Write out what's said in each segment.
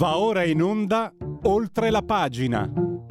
Va ora in onda Oltre la pagina.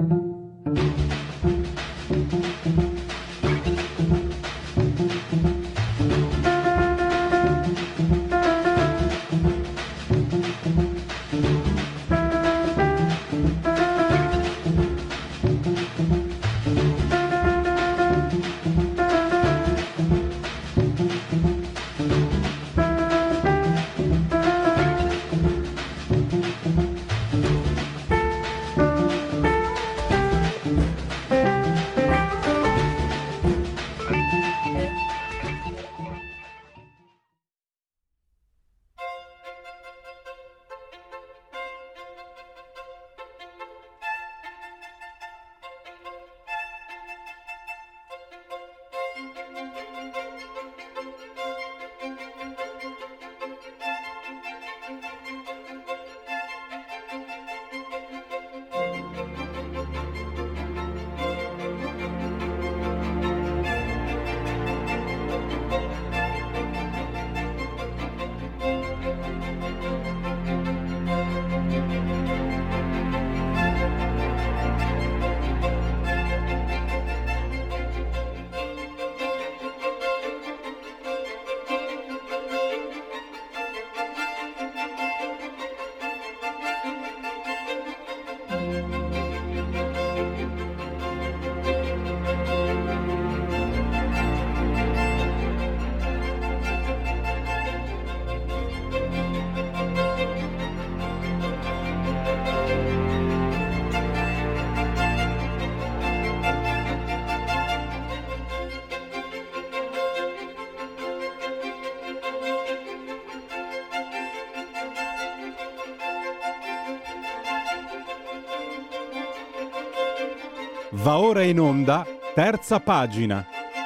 Va ora in onda Terza pagina.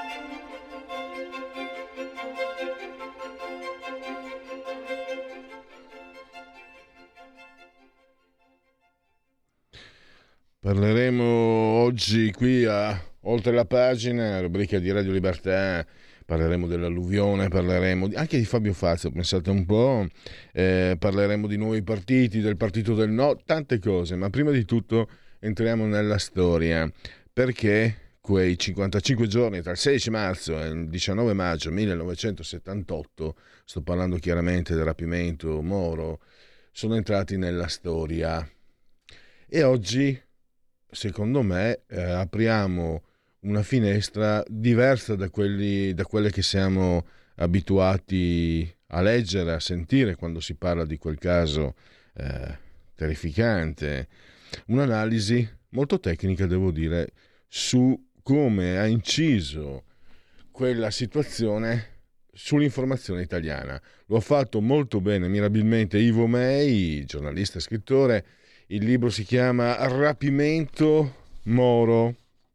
Parleremo oggi qui a Oltre la pagina, rubrica di Radio Libertà. Parleremo dell'alluvione, parleremo anche di Fabio Fazio, pensate un po', parleremo di nuovi partiti, del partito del no, tante cose, ma prima di tutto entriamo nella storia, perché quei 55 giorni tra il 16 marzo e il 19 maggio 1978, sto parlando chiaramente del rapimento Moro, sono entrati nella storia. E oggi, secondo me, apriamo una finestra diversa da quelle che siamo abituati a leggere, a sentire quando si parla di quel caso terrificante. Un'analisi molto tecnica, devo dire, su come ha inciso quella situazione sull'informazione italiana. Lo ha fatto molto bene, mirabilmente, Ivo May, giornalista e scrittore. Il libro si chiama Rapimento Moro.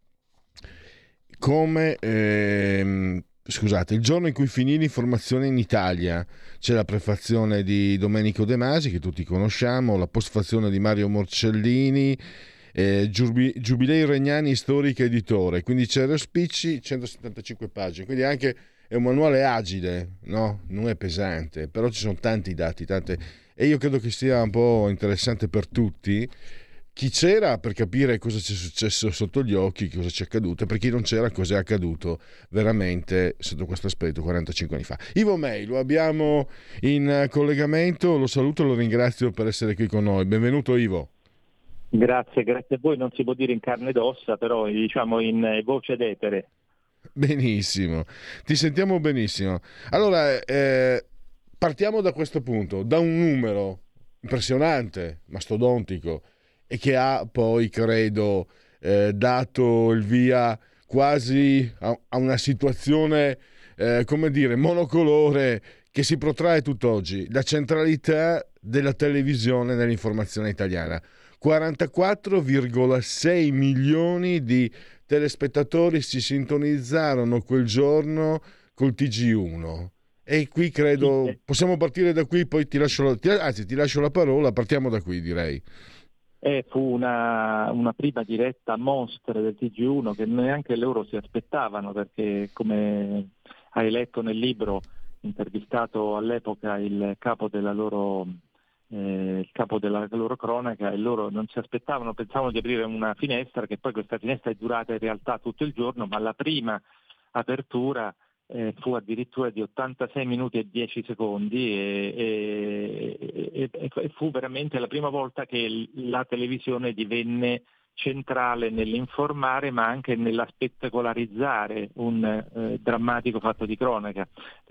Il giorno in cui finì l'informazione in Italia. C'è la prefazione di Domenico De Masi, che tutti conosciamo, la postfazione di Mario Morcellini, Giubilei Regnani, storica editore, quindi Cerio Spicci, 175 pagine, quindi anche è un manuale agile, no? Non è pesante, però ci sono tanti dati, e io credo che sia un po' interessante per tutti, chi c'era per capire cosa ci è successo sotto gli occhi, cosa ci è accaduto, e per chi non c'era cosa è accaduto veramente sotto questo aspetto 45 anni fa. Ivo May, lo abbiamo in collegamento, lo saluto e lo ringrazio per essere qui con noi. Benvenuto Ivo. Grazie a voi, non si può dire in carne ed ossa, però diciamo in voce d'etere. Benissimo, ti sentiamo benissimo. Allora, partiamo da questo punto, da un numero impressionante, mastodontico, e che ha poi, credo, dato il via quasi a una situazione, monocolore, che si protrae tutt'oggi, la centralità della televisione nell'informazione italiana. 44,6 milioni di telespettatori si sintonizzarono quel giorno col TG1. E qui credo possiamo partire da qui, poi ti lascio la parola, partiamo da qui, direi. Fu una prima diretta mostra del TG1 che neanche loro si aspettavano, perché, come hai letto nel libro, intervistato all'epoca il capo della loro il capo della loro cronaca, e loro non si aspettavano, pensavano di aprire una finestra, che poi questa finestra è durata in realtà tutto il giorno, ma la prima apertura fu addirittura di 86 minuti e 10 secondi e fu veramente la prima volta che la televisione divenne centrale nell'informare, ma anche nella spettacolarizzare un drammatico fatto di cronaca.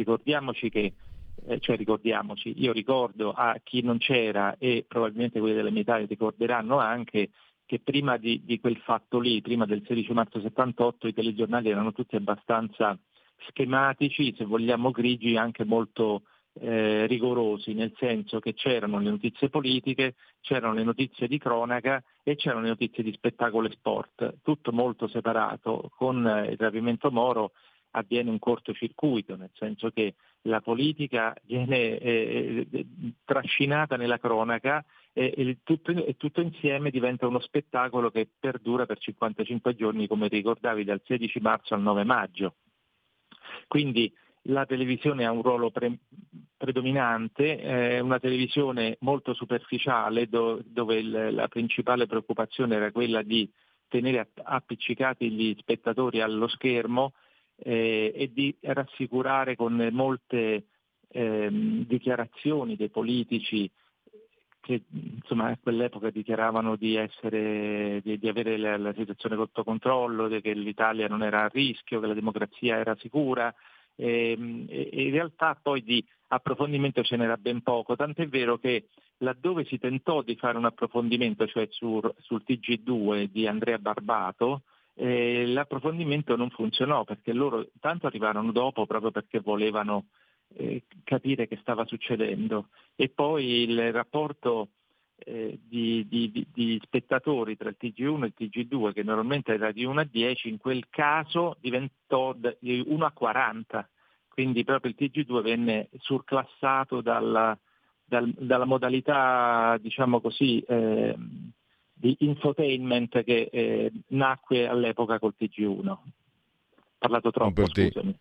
Io ricordo a chi non c'era, e probabilmente quelli della mia età ricorderanno anche, che prima di quel fatto lì, prima del 16 marzo 78, i telegiornali erano tutti abbastanza schematici, se vogliamo grigi, anche molto rigorosi, nel senso che c'erano le notizie politiche, c'erano le notizie di cronaca e c'erano le notizie di spettacolo e sport, tutto molto separato. Con il rapimento Moro avviene un cortocircuito, nel senso che la politica viene trascinata nella cronaca e tutto insieme diventa uno spettacolo che perdura per 55 giorni, come ricordavi, dal 16 marzo al 9 maggio. Quindi la televisione ha un ruolo predominante, una televisione molto superficiale dove la principale preoccupazione era quella di tenere appiccicati gli spettatori allo schermo e di rassicurare con molte dichiarazioni dei politici che insomma a quell'epoca dichiaravano di avere la situazione sotto controllo, che l'Italia non era a rischio, che la democrazia era sicura, e in realtà poi di approfondimento ce n'era ben poco, tant'è vero che laddove si tentò di fare un approfondimento, cioè sul TG2 di Andrea Barbato, l'approfondimento non funzionò, perché loro tanto arrivarono dopo proprio perché volevano capire che stava succedendo, e poi il rapporto di spettatori tra il TG1 e il TG2, che normalmente era di 1 a 10, in quel caso diventò di 1 a 40, quindi proprio il TG2 venne surclassato dalla modalità, diciamo così, di infotainment che nacque all'epoca col TG1. Parlato troppo, scusami.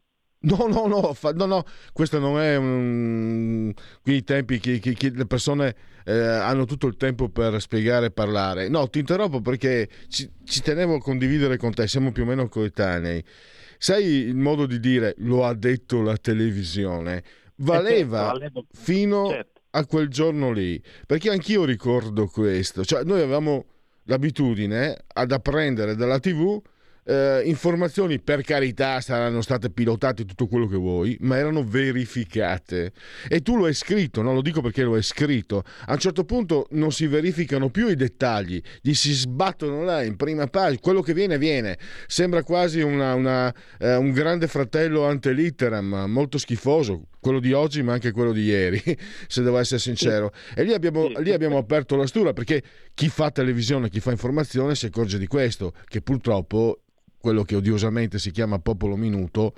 No, questo non è qui i tempi che le persone hanno tutto il tempo per spiegare e parlare. No, ti interrompo perché ci tenevo a condividere con te, siamo più o meno coetanei. Sai, il modo di dire "lo ha detto la televisione" valeva fino a quel giorno lì, perché anch'io ricordo questo, cioè noi avevamo l'abitudine ad apprendere dalla TV informazioni, per carità, saranno state pilotate, tutto quello che vuoi, ma erano verificate, e tu lo hai scritto, no? Lo dico perché lo hai scritto. A un certo punto non si verificano più i dettagli, gli si sbattono là in prima pagina, quello che viene, sembra quasi un grande fratello ante litteram, molto schifoso, quello di oggi ma anche quello di ieri, se devo essere sincero. E lì abbiamo aperto la stura, perché chi fa televisione, chi fa informazione si accorge di questo, che purtroppo quello che odiosamente si chiama popolo minuto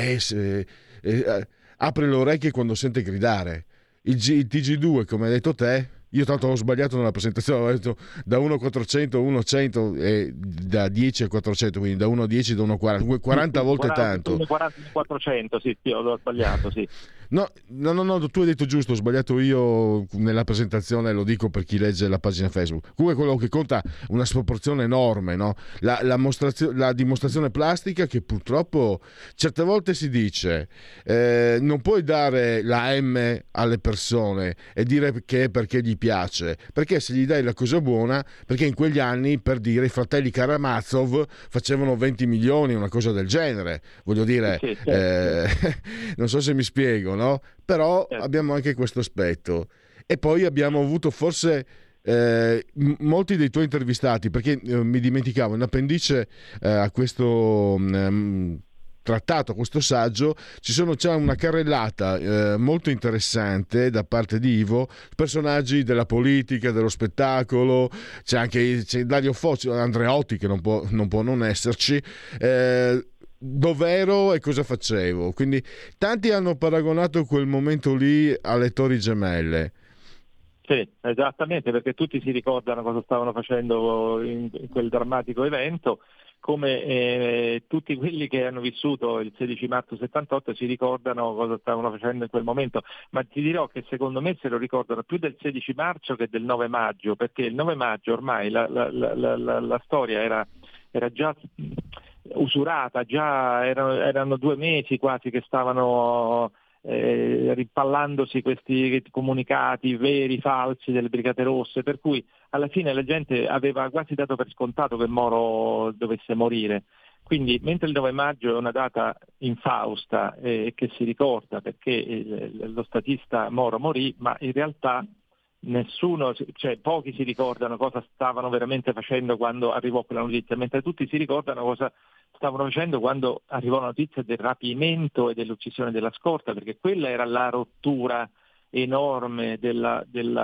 apre le orecchie quando sente gridare. Il TG2, come hai detto te, io tanto ho sbagliato nella presentazione, ho detto da 1 a 400, 1 a 100 e da 10 a 400, quindi da 1 a 10, da 1 a 40, 40 volte 40, tanto. 40 400, sì, ho sbagliato, sì. No, tu hai detto giusto, ho sbagliato io nella presentazione, lo dico per chi legge la pagina Facebook. Comunque quello che conta è una sproporzione enorme, no? La dimostrazione plastica, che purtroppo certe volte si dice non puoi dare la M alle persone e dire che è perché gli piace, perché se gli dai la cosa buona, perché in quegli anni, per dire, i fratelli Karamazov facevano 20 milioni, una cosa del genere, voglio dire, sì, non so se mi spiego, no? Però abbiamo anche questo aspetto. E poi abbiamo avuto forse molti dei tuoi intervistati, perché mi dimenticavo, in appendice a questo trattato, a questo saggio, c'è una carrellata molto interessante da parte di Ivo, personaggi della politica, dello spettacolo, c'è Dario Focci, Andreotti, che non può non esserci, dov'ero e cosa facevo. Quindi tanti hanno paragonato quel momento lì alle Torri Gemelle. Sì, esattamente, perché tutti si ricordano cosa stavano facendo in quel drammatico evento, tutti quelli che hanno vissuto il 16 marzo 78 si ricordano cosa stavano facendo in quel momento, ma ti dirò che secondo me se lo ricordano più del 16 marzo che del 9 maggio, perché il 9 maggio ormai la storia era già usurata, già erano 2 mesi quasi che stavano rimpallandosi questi comunicati veri, falsi delle Brigate Rosse, per cui alla fine la gente aveva quasi dato per scontato che Moro dovesse morire. Quindi mentre il 9 maggio è una data infausta che si ricorda perché lo statista Moro morì, ma in realtà pochi si ricordano cosa stavano veramente facendo quando arrivò quella notizia, mentre tutti si ricordano cosa stavano facendo quando arrivò la notizia del rapimento e dell'uccisione della Scorta, perché quella era la rottura enorme della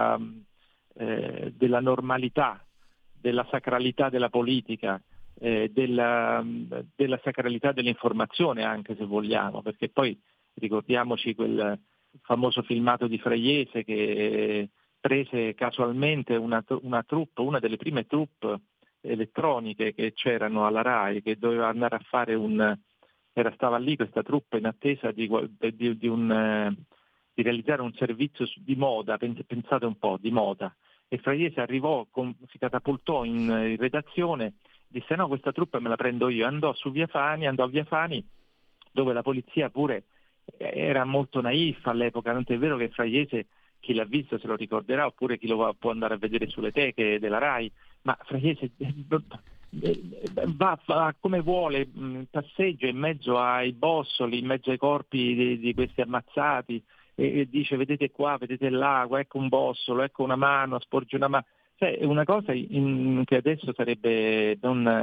normalità, della sacralità della politica, della sacralità dell'informazione anche se vogliamo, perché poi ricordiamoci quel famoso filmato di Fraiese che prese casualmente una troupe, una delle prime troupe elettroniche che c'erano alla RAI, che doveva andare a fare stava lì questa troupe in attesa di realizzare un servizio di moda, pensate un po', di moda, e Fraiese arrivò, si catapultò in redazione, disse no, questa troupe me la prendo io, andò a Via Fani, dove la polizia pure era molto naif all'epoca, non è vero che Fraiese, chi l'ha visto se lo ricorderà, oppure chi lo può andare a vedere sulle teche della RAI, ma Fraiese va come vuole, passeggia in mezzo ai bossoli, in mezzo ai corpi di questi ammazzati e dice vedete qua, vedete là, ecco un bossolo, ecco una mano, sporge una mano. Cioè, è una cosa che adesso sarebbe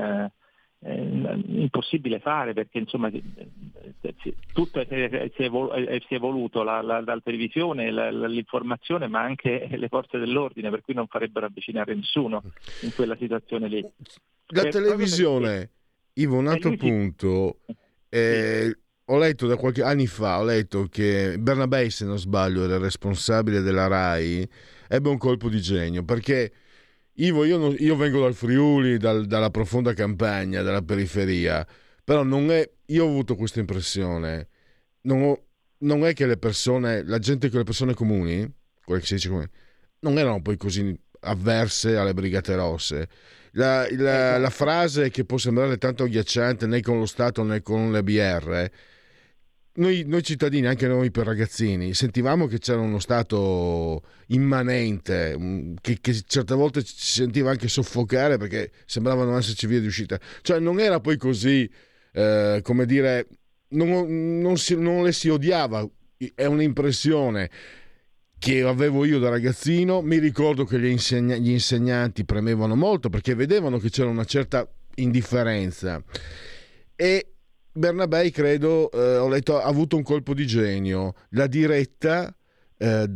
impossibile fare, perché insomma tutto si è evoluto, la televisione, l'informazione, ma anche le forze dell'ordine, per cui non farebbero avvicinare nessuno in quella situazione lì. La televisione, Ivo, un altro punto, ho letto da qualche anni fa, che Bernabei, se non sbaglio, era il responsabile della RAI, ebbe un colpo di genio, perché Ivo, io vengo dal Friuli, dalla profonda campagna, dalla periferia, però io ho avuto questa impressione, non è che le persone comuni, quelle che si dice comuni, non erano poi così avverse alle Brigate Rosse. La frase che può sembrare tanto agghiacciante né con lo Stato né con le BR, noi cittadini, anche noi per ragazzini, sentivamo che c'era uno Stato immanente, che certe volte ci sentiva anche soffocare perché sembravano esserci vie di uscita. Cioè non era poi così, come dire, non le si odiava, è un'impressione che avevo io da ragazzino. Mi ricordo che gli insegnanti premevano molto perché vedevano che c'era una certa indifferenza, e Bernabei, credo, ho letto, ha avuto un colpo di genio. La diretta per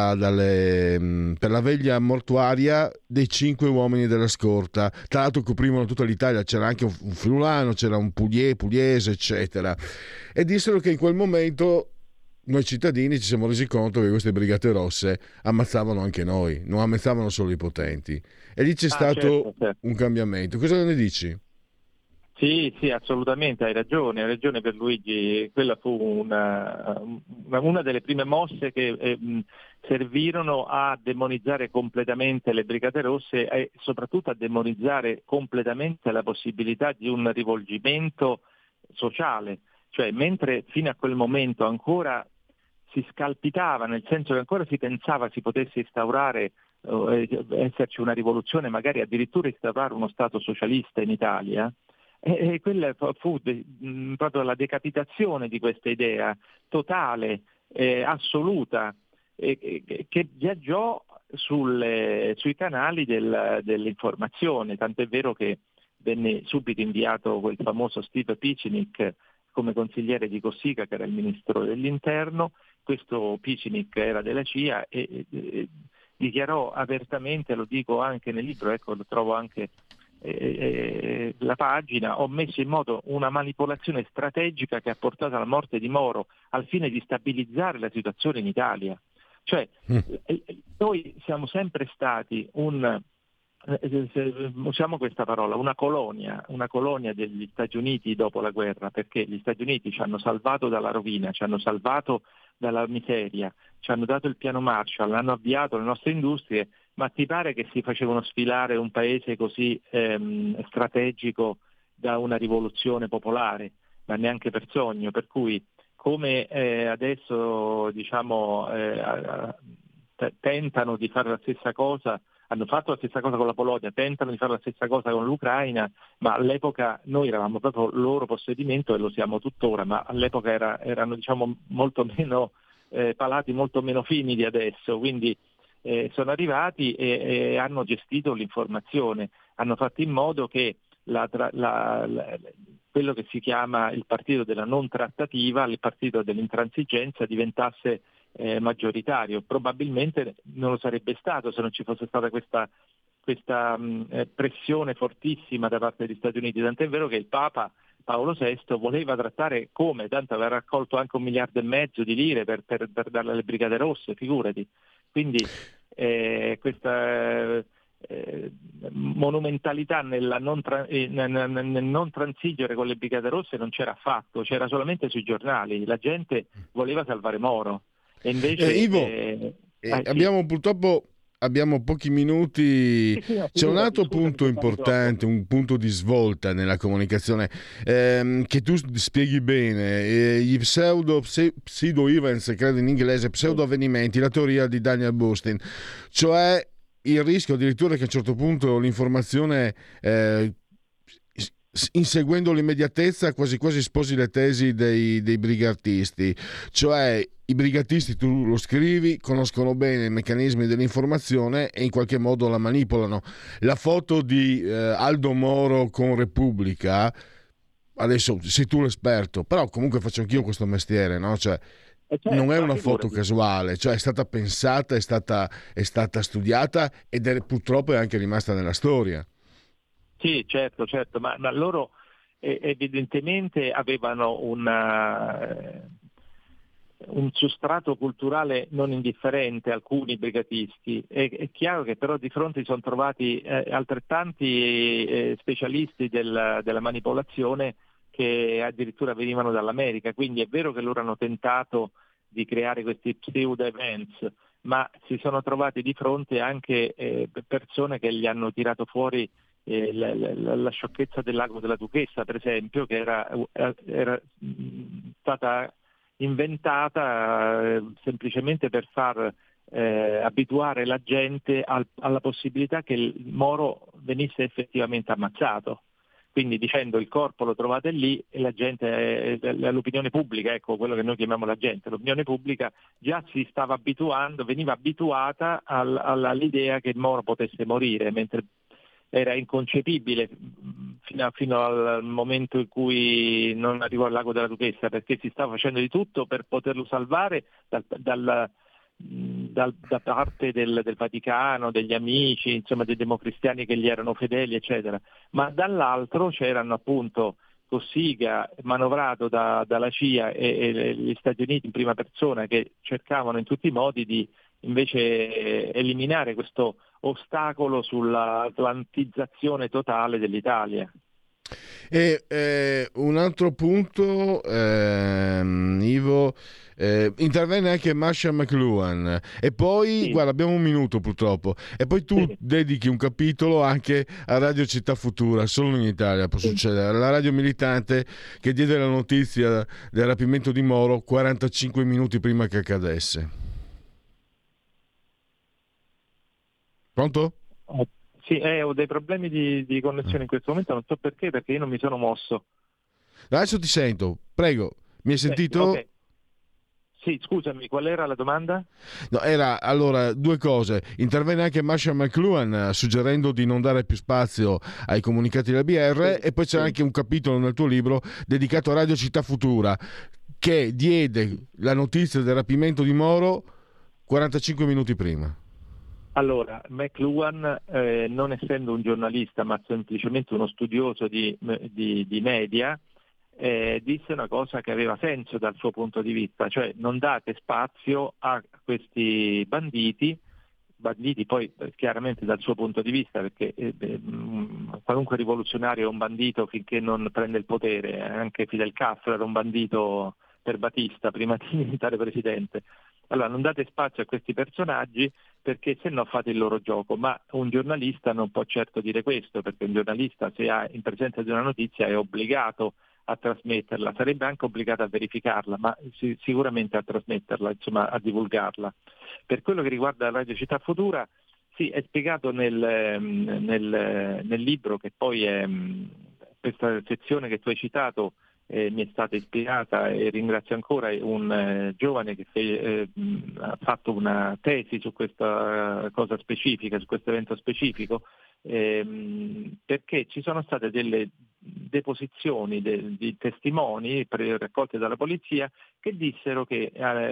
la veglia mortuaria dei 5 uomini della Scorta. Tra l'altro coprivano tutta l'Italia, c'era anche un friulano, c'era un pugliese, eccetera. E dissero che in quel momento noi cittadini ci siamo resi conto che queste Brigate Rosse ammazzavano anche noi, non ammazzavano solo i potenti. E lì c'è stato certo. un cambiamento. Cosa ne dici? Sì, assolutamente, hai ragione Pierluigi, quella fu una delle prime mosse che servirono a demonizzare completamente le Brigate Rosse e soprattutto a demonizzare completamente la possibilità di un rivolgimento sociale, cioè mentre fino a quel momento ancora si scalpitava, nel senso che ancora si pensava si potesse instaurare, esserci una rivoluzione, magari addirittura instaurare uno Stato socialista in Italia. E quella fu proprio la decapitazione di questa idea totale, assoluta, che viaggiò sui canali dell'informazione, tant'è vero che venne subito inviato quel famoso Steve Picinic come consigliere di Cossiga, che era il ministro dell'interno. Questo Picinic era della CIA e dichiarò apertamente, lo dico anche nel libro, ecco, lo trovo anche la pagina, ho messo in moto una manipolazione strategica che ha portato alla morte di Moro al fine di stabilizzare la situazione in Italia. Cioè noi siamo sempre stati usiamo questa parola, una colonia degli Stati Uniti dopo la guerra, perché gli Stati Uniti ci hanno salvato dalla rovina, ci hanno salvato dalla miseria, ci hanno dato il piano Marshall, hanno avviato le nostre industrie, ma ti pare che si facevano sfilare un paese così strategico da una rivoluzione popolare? Ma neanche per sogno, per cui come adesso diciamo tentano di fare la stessa cosa, hanno fatto la stessa cosa con la Polonia, tentano di fare la stessa cosa con l'Ucraina, ma all'epoca noi eravamo proprio loro possedimento e lo siamo tuttora, ma all'epoca erano diciamo molto meno palati, molto meno fini di adesso, quindi sono arrivati e hanno gestito l'informazione, hanno fatto in modo che quello che si chiama il partito della non trattativa, il partito dell'intransigenza diventasse maggioritario. Probabilmente non lo sarebbe stato se non ci fosse stata questa pressione fortissima da parte degli Stati Uniti, tant'è vero che il Papa Paolo VI voleva trattare tanto aveva raccolto anche 1,5 miliardi di lire per darle alle Brigate Rosse, figurati. Quindi questa monumentalità nel non transigere con le Brigate Rosse non c'era affatto, c'era solamente sui giornali, la gente voleva salvare Moro e invece Ivo, purtroppo abbiamo pochi minuti. C'è un altro punto importante, un punto di svolta nella comunicazione che tu spieghi bene, gli pseudo events, credo in inglese, pseudo avvenimenti, la teoria di Daniel Boorstin, cioè il rischio addirittura che a un certo punto l'informazione inseguendo l'immediatezza quasi quasi sposi le tesi dei brigatisti, cioè i brigatisti, tu lo scrivi, conoscono bene i meccanismi dell'informazione e in qualche modo la manipolano. La foto di Aldo Moro con Repubblica, adesso sei tu l'esperto, però comunque faccio anch'io questo mestiere, no? Cioè, non è una foto casuale, cioè è stata pensata, è stata studiata ed purtroppo è anche rimasta nella storia. Sì, certo, ma loro evidentemente avevano un sostrato culturale non indifferente, alcuni brigatisti. È chiaro che però di fronte si sono trovati altrettanti specialisti della manipolazione che addirittura venivano dall'America, quindi è vero che loro hanno tentato di creare questi pseudo events, ma si sono trovati di fronte anche persone che gli hanno tirato fuori la sciocchezza del lago della Duchessa, per esempio, che era stata inventata semplicemente per far abituare la gente alla possibilità che il Moro venisse effettivamente ammazzato. Quindi dicendo il corpo lo trovate lì e la gente, l'opinione pubblica, ecco quello che noi chiamiamo la gente, l'opinione pubblica già si stava abituando, veniva abituata all'idea che il Moro potesse morire, mentre era inconcepibile fino al momento in cui non arrivò al lago della Duchessa, perché si stava facendo di tutto per poterlo salvare da parte del Vaticano, degli amici, insomma dei democristiani che gli erano fedeli, eccetera. Ma dall'altro c'erano appunto Cossiga, manovrato dalla CIA e gli Stati Uniti in prima persona, che cercavano in tutti i modi di invece eliminare questo ostacolo sull'atlantizzazione totale dell'Italia. E un altro punto, Ivo, intervenne anche Marshall McLuhan e poi, guarda, abbiamo un minuto purtroppo, e poi tu dedichi un capitolo anche a Radio Città Futura, solo in Italia può succedere, la radio militante che diede la notizia del rapimento di Moro 45 minuti prima che accadesse. Pronto? Sì, ho dei problemi di connessione in questo momento, non so perché io non mi sono mosso. Adesso ti sento, prego, mi hai sentito? Okay. Sì, scusami, qual era la domanda? No, era allora due cose. Intervenne anche Marshall McLuhan suggerendo di non dare più spazio ai comunicati della BR, e poi c'è anche un capitolo nel tuo libro dedicato a Radio Città Futura che diede la notizia del rapimento di Moro 45 minuti prima. Allora, McLuhan, non essendo un giornalista ma semplicemente uno studioso di media, disse una cosa che aveva senso dal suo punto di vista, cioè non date spazio a questi banditi, banditi, poi chiaramente dal suo punto di vista, perché qualunque rivoluzionario è un bandito finché non prende il potere, anche Fidel Castro era un bandito per Batista prima di diventare presidente. Allora non date spazio a questi personaggi, perché se no fate il loro gioco, ma un giornalista non può certo dire questo, perché un giornalista, se è in presenza di una notizia, è obbligato a trasmetterla, sarebbe anche obbligato a verificarla, ma sicuramente a trasmetterla, insomma a divulgarla. Per quello che riguarda la Radio Città Futura, sì, è spiegato nel libro, che poi è questa sezione che tu hai citato, mi è stata ispirata, e ringrazio ancora un giovane che ha fatto una tesi su questa cosa specifica, su questo evento specifico, perché ci sono state delle deposizioni di testimoni raccolte dalla polizia che dissero che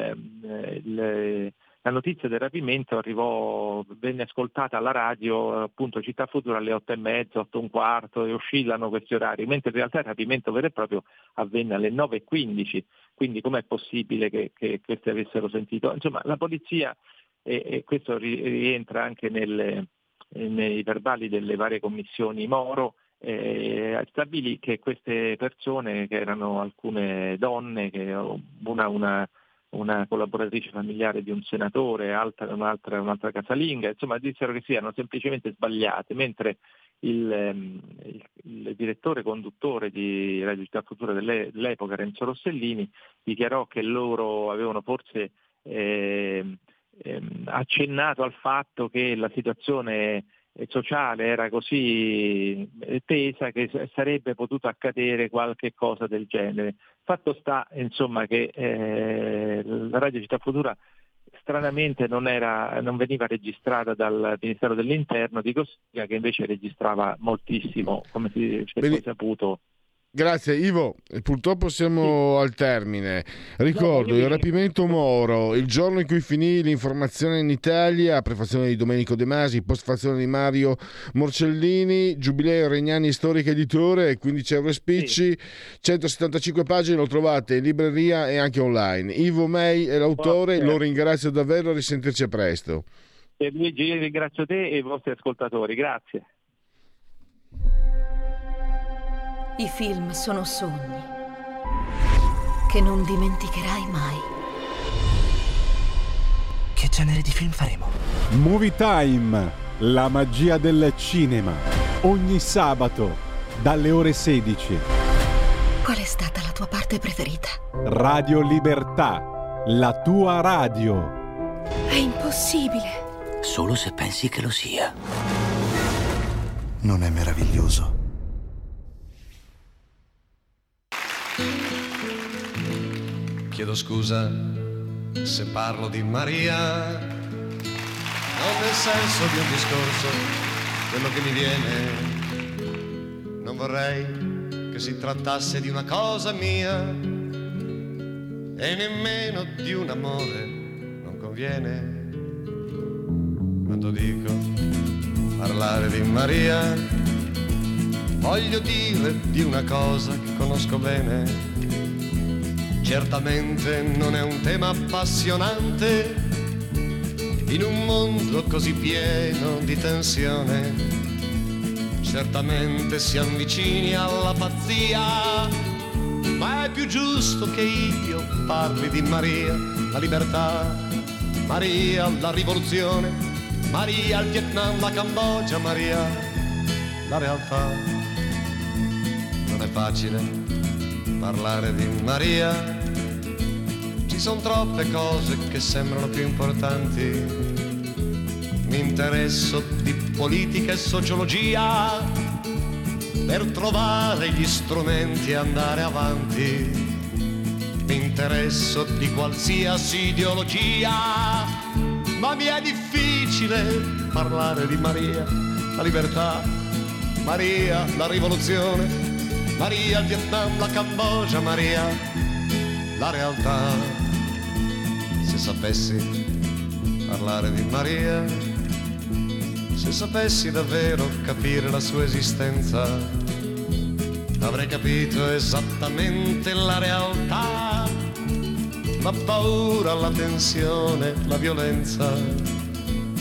la notizia del rapimento venne ascoltata alla radio, appunto Città Futura, alle 8:30, 8:15, e oscillano questi orari, mentre in realtà il rapimento vero e proprio avvenne alle 9:15, quindi com'è possibile che questi avessero sentito? Insomma, la polizia, e questo rientra anche nei verbali delle varie commissioni Moro, stabilì che queste persone, che erano alcune donne, che una collaboratrice familiare di un senatore, un'altra casalinga, insomma dissero che siano semplicemente sbagliate, mentre il direttore conduttore di Radio Città Futura dell'epoca, Renzo Rossellini, dichiarò che loro avevano forse accennato al fatto che la situazione sociale era così tesa che sarebbe potuto accadere qualche cosa del genere. Fatto sta, insomma, che la Radio Città Futura stranamente non veniva registrata dal Ministero dell'Interno di Cossiga, che invece registrava moltissimo, come si è poi saputo. Grazie Ivo, purtroppo siamo al termine. Ricordo il rapimento Moro, il giorno in cui finì l'informazione in Italia, prefazione di Domenico De Masi, postfazione di Mario Morcellini, Giubileo Regnani, storico editore, 15 euro spicci, 175 pagine, lo trovate in libreria e anche online. Ivo May è l'autore, lo ringrazio davvero, a risentirci presto. E Luigi, ringrazio te e i vostri ascoltatori, grazie. I film sono sogni che non dimenticherai mai. Che genere di film faremo? Movie Time, la magia del cinema. Ogni sabato, dalle ore 16. Qual è stata la tua parte preferita? Radio Libertà, la tua radio. È impossibile. Solo se pensi che lo sia. Non è meraviglioso? Chiedo scusa se parlo di Maria, non nel senso di un discorso, quello che mi viene. Non vorrei che si trattasse di una cosa mia e nemmeno di un amore, non conviene. Quando dico parlare di Maria, voglio dire di una cosa che conosco bene. Certamente non è un tema appassionante in un mondo così pieno di tensione. Certamente si avvicini alla pazzia, ma è più giusto che io parli di Maria, la libertà, Maria, la rivoluzione, Maria, il Vietnam, la Cambogia, Maria, la realtà. Non è facile parlare di Maria, ci sono troppe cose che sembrano più importanti. Mi interesso di politica e sociologia per trovare gli strumenti e andare avanti. Mi interesso di qualsiasi ideologia, ma mi è difficile parlare di Maria, la libertà, Maria, la rivoluzione, Maria, il Vietnam, la Cambogia, Maria, la realtà. Se sapessi parlare di Maria, se sapessi davvero capire la sua esistenza, avrei capito esattamente la realtà, la paura, la tensione, la violenza.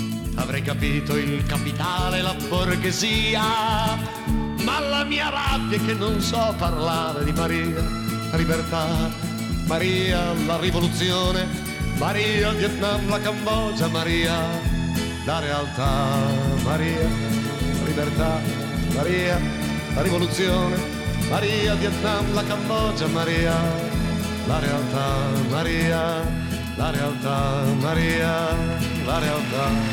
avrei capito il capitale e la borghesia, ma la mia rabbia è che non so parlare di Maria, la libertà, Maria, la rivoluzione, Maria, il Vietnam, la Cambogia, Maria, la realtà, Maria, la libertà, Maria, la rivoluzione, Maria, il Vietnam, la Cambogia, Maria, la realtà, Maria, la realtà, Maria, la realtà.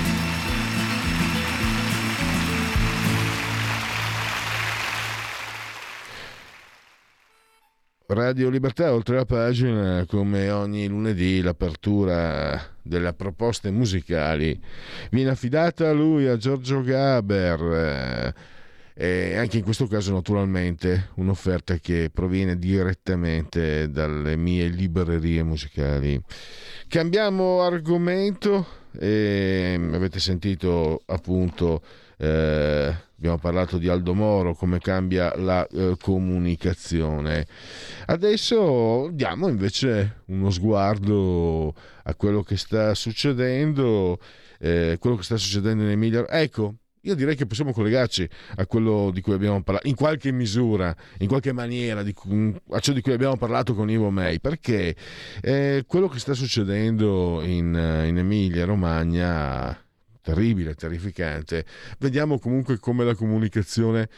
Radio Libertà, oltre la pagina, come ogni lunedì l'apertura delle proposte musicali viene affidata a lui, a Giorgio Gaber, e anche in questo caso naturalmente un'offerta che proviene direttamente dalle mie librerie musicali. Cambiamo argomento e avete sentito appunto abbiamo parlato di Aldo Moro, come cambia la comunicazione. Adesso diamo invece uno sguardo a quello che sta succedendo, quello che sta succedendo in Emilia. Ecco, io direi che possiamo collegarci a quello di cui abbiamo parlato, in qualche misura, in qualche maniera, a ciò di cui abbiamo parlato con Ivo May, perché quello che sta succedendo in Emilia Romagna, terribile, terrificante. Vediamo comunque come la comunicazione,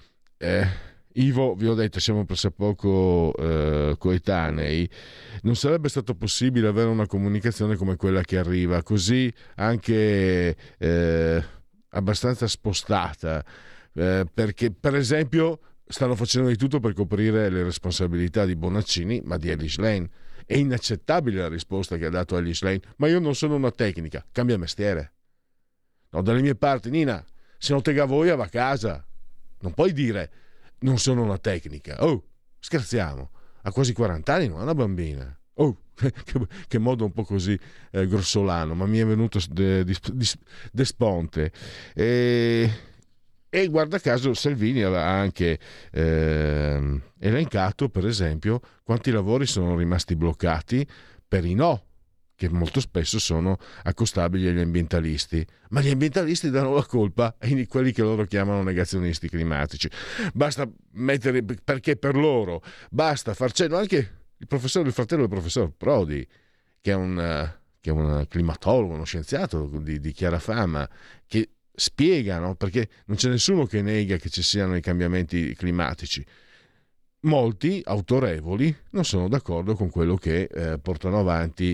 Ivo, vi ho detto, siamo pressappoco coetanei, non sarebbe stato possibile avere una comunicazione come quella che arriva, così anche abbastanza spostata, perché per esempio stanno facendo di tutto per coprire le responsabilità di Bonaccini, ma di Ellis Lane. È inaccettabile la risposta che ha dato Ellis Lane: ma io non sono una tecnica, cambia mestiere. No, dalle mie parti, Nina, se non te gavoia va a casa. Non puoi dire non sono una tecnica. Oh, scherziamo, ha quasi 40 anni, non è una bambina. Oh, che modo un po' così grossolano, ma mi è venuto de sponte. E guarda caso Salvini aveva anche elencato, per esempio, quanti lavori sono rimasti bloccati per i no, che molto spesso sono accostabili agli ambientalisti, ma gli ambientalisti danno la colpa ai quelli che loro chiamano negazionisti climatici. Basta mettere, perché per loro basta far cenno anche il fratello del professor Prodi, che è un climatologo, uno scienziato di chiara fama, che spiega, no? Perché non c'è nessuno che nega che ci siano i cambiamenti climatici. Molti autorevoli non sono d'accordo con quello che portano avanti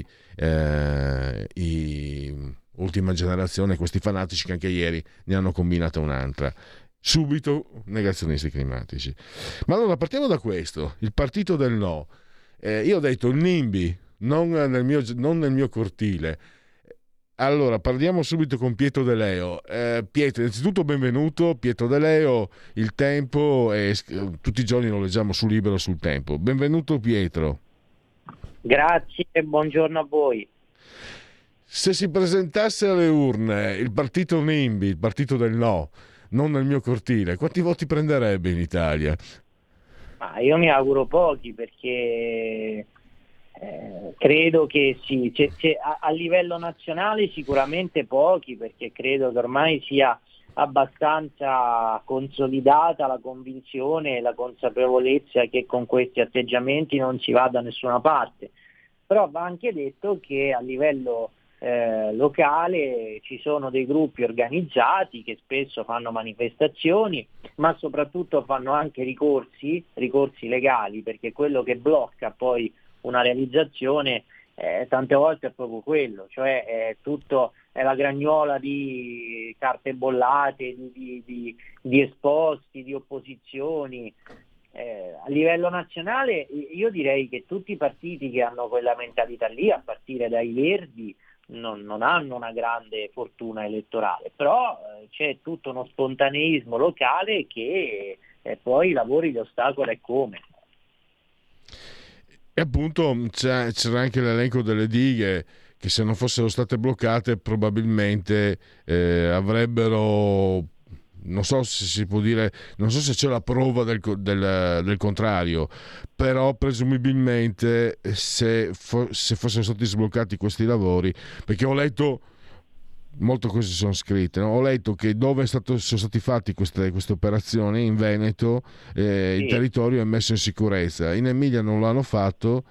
ultima generazione, questi fanatici che anche ieri ne hanno combinata un'altra. Subito negazionisti climatici. Ma allora partiamo da questo, il partito del no. Io ho detto il NIMBY, non nel mio cortile. Allora, parliamo subito con Pietro De Leo. Pietro, innanzitutto benvenuto. Pietro De Leo, Il Tempo, tutti i giorni lo leggiamo su Libero, sul Tempo. Benvenuto Pietro. Grazie e buongiorno a voi. Se si presentasse alle urne il partito NIMBY, il partito del no, non nel mio cortile, quanti voti prenderebbe in Italia? Ma io mi auguro pochi, perché credo che sì, a livello nazionale sicuramente pochi, perché credo che ormai sia abbastanza consolidata la convinzione e la consapevolezza che con questi atteggiamenti non si va da nessuna parte. Però va anche detto che a livello locale ci sono dei gruppi organizzati che spesso fanno manifestazioni, ma soprattutto fanno anche ricorsi legali, perché quello che blocca poi una realizzazione tante volte è proprio quello, cioè è la gragnola di carte bollate, di esposti, di opposizioni. A livello nazionale io direi che tutti i partiti che hanno quella mentalità lì, a partire dai Verdi, non hanno una grande fortuna elettorale, però c'è tutto uno spontaneismo locale che poi i lavori li ostacola e come. E appunto c'era anche l'elenco delle dighe che, se non fossero state bloccate, probabilmente avrebbero, non so se si può dire, non so se c'è la prova del contrario, però presumibilmente se fossero stati sbloccati questi lavori, perché ho letto molte cose sono scritte, no? Ho letto che dove sono stati fatti queste operazioni, in Veneto, il territorio è messo in sicurezza. In Emilia non l'hanno fatto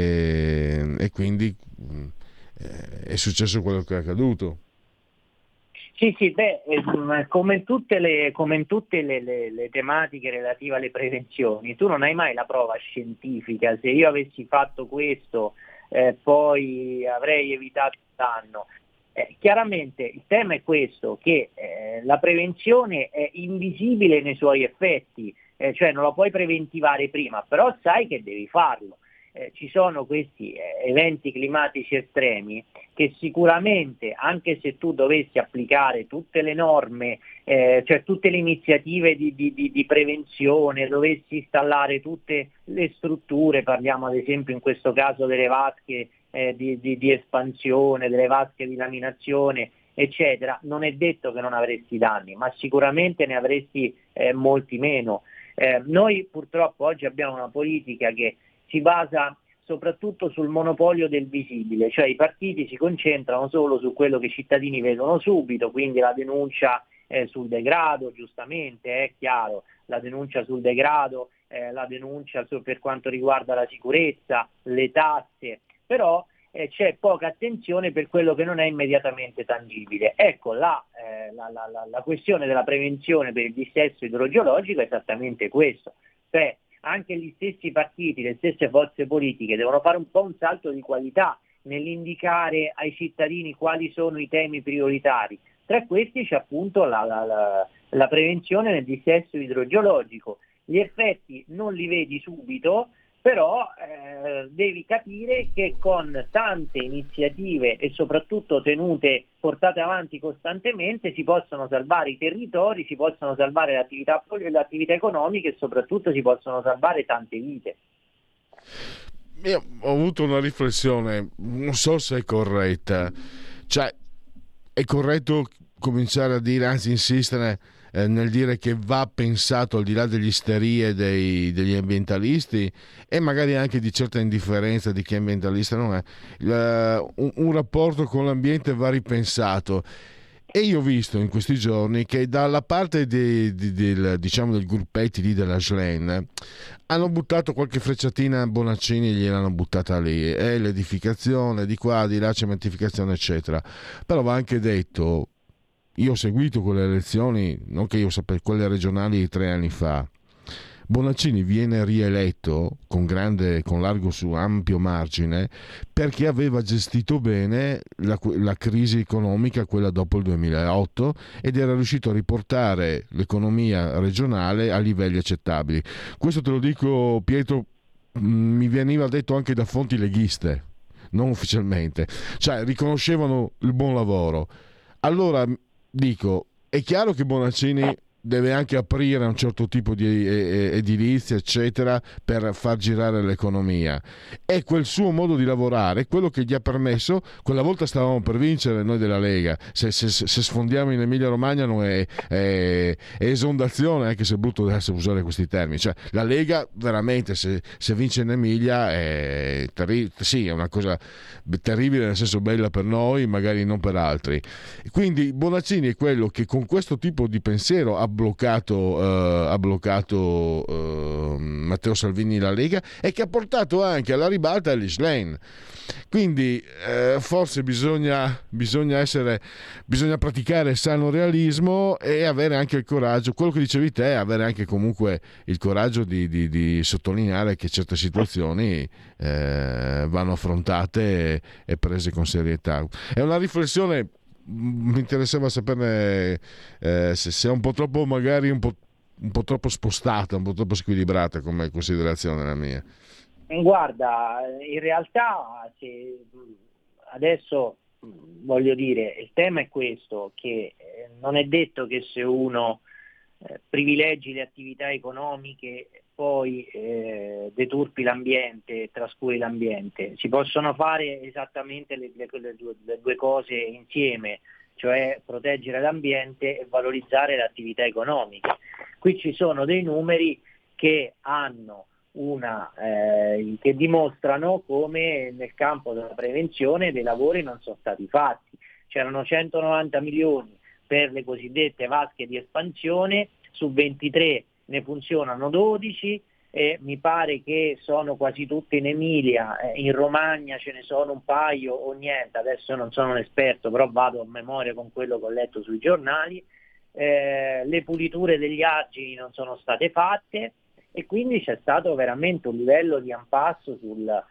e quindi è successo quello che è accaduto. Sì, come in tutte le tematiche relative alle prevenzioni, tu non hai mai la prova scientifica. Se io avessi fatto questo, poi avrei evitato il danno. Chiaramente il tema è questo, che la prevenzione è invisibile nei suoi effetti, cioè non la puoi preventivare prima, però sai che devi farlo. Ci sono questi eventi climatici estremi che sicuramente, anche se tu dovessi applicare tutte le norme, cioè tutte le iniziative di prevenzione, dovessi installare tutte le strutture, parliamo ad esempio in questo caso delle vasche di espansione, delle vasche di laminazione, eccetera, non è detto che non avresti danni, ma sicuramente ne avresti molti meno. Noi purtroppo oggi abbiamo una politica che si basa soprattutto sul monopolio del visibile, cioè i partiti si concentrano solo su quello che i cittadini vedono subito, quindi la denuncia sul degrado, giustamente, è chiaro, la denuncia sul degrado, la denuncia per quanto riguarda la sicurezza, le tasse, però c'è poca attenzione per quello che non è immediatamente tangibile. Ecco, la questione della prevenzione per il dissesto idrogeologico è esattamente questo, cioè anche gli stessi partiti, le stesse forze politiche devono fare un po' un salto di qualità nell'indicare ai cittadini quali sono i temi prioritari. Tra questi c'è appunto la prevenzione nel dissesto idrogeologico. Gli effetti non li vedi subito, però devi capire che con tante iniziative e soprattutto portate avanti costantemente si possono salvare i territori, si possono salvare le attività economiche e soprattutto si possono salvare tante vite. Io ho avuto una riflessione, non so se è corretta, cioè è corretto cominciare a dire, anzi insistere nel dire che va pensato, al di là degli isterie degli ambientalisti e magari anche di certa indifferenza di chi è ambientalista non è, un rapporto con l'ambiente va ripensato. E io ho visto in questi giorni che dalla parte del gruppetti lì della Schlein hanno buttato qualche frecciatina a Bonaccini, gliel'hanno buttata lì, l'edificazione di qua, di là, cementificazione eccetera. Però va anche detto, io ho seguito quelle elezioni, non che io sapevo, quelle regionali 3 anni fa. Bonaccini viene rieletto con largo su ampio margine perché aveva gestito bene la crisi economica, quella dopo il 2008, ed era riuscito a riportare l'economia regionale a livelli accettabili. Questo te lo dico, Pietro, mi veniva detto anche da fonti leghiste, non ufficialmente, cioè riconoscevano il buon lavoro. Allora dico, è chiaro che Bonaccini deve anche aprire un certo tipo di edilizia eccetera per far girare l'economia, e quel suo modo di lavorare è quello che gli ha permesso. Quella volta stavamo per vincere noi della Lega, se sfondiamo in Emilia Romagna non è esondazione, anche se è brutto adesso usare questi termini, cioè la Lega veramente se vince in Emilia è sì, è una cosa terribile, nel senso bella per noi, magari non per altri. Quindi Bonaccini è quello che con questo tipo di pensiero ha bloccato Matteo Salvini la Lega, e che ha portato anche alla ribalta gli Schlein. Quindi forse bisogna praticare sano realismo e avere anche il coraggio, quello che dicevi te, avere anche comunque il coraggio di sottolineare che certe situazioni vanno affrontate e prese con serietà. È una riflessione, mi interessava saperne se è un po' troppo, magari un po' troppo spostata, un po' troppo squilibrata come considerazione la mia. Guarda, in realtà adesso voglio dire, il tema è questo, che non è detto che se uno privilegi le attività economiche poi deturpi l'ambiente e trascuri l'ambiente. Si possono fare esattamente le due cose insieme, cioè proteggere l'ambiente e valorizzare le attività economiche. Qui ci sono dei numeri che dimostrano come nel campo della prevenzione dei lavori non sono stati fatti. c'erano 190 milioni per le cosiddette vasche di espansione, su 23 ne funzionano 12 e mi pare che sono quasi tutte in Emilia, in Romagna ce ne sono un paio o niente, adesso non sono un esperto, però vado a memoria con quello che ho letto sui giornali. Le puliture degli argini non sono state fatte e quindi c'è stato veramente un livello di impasto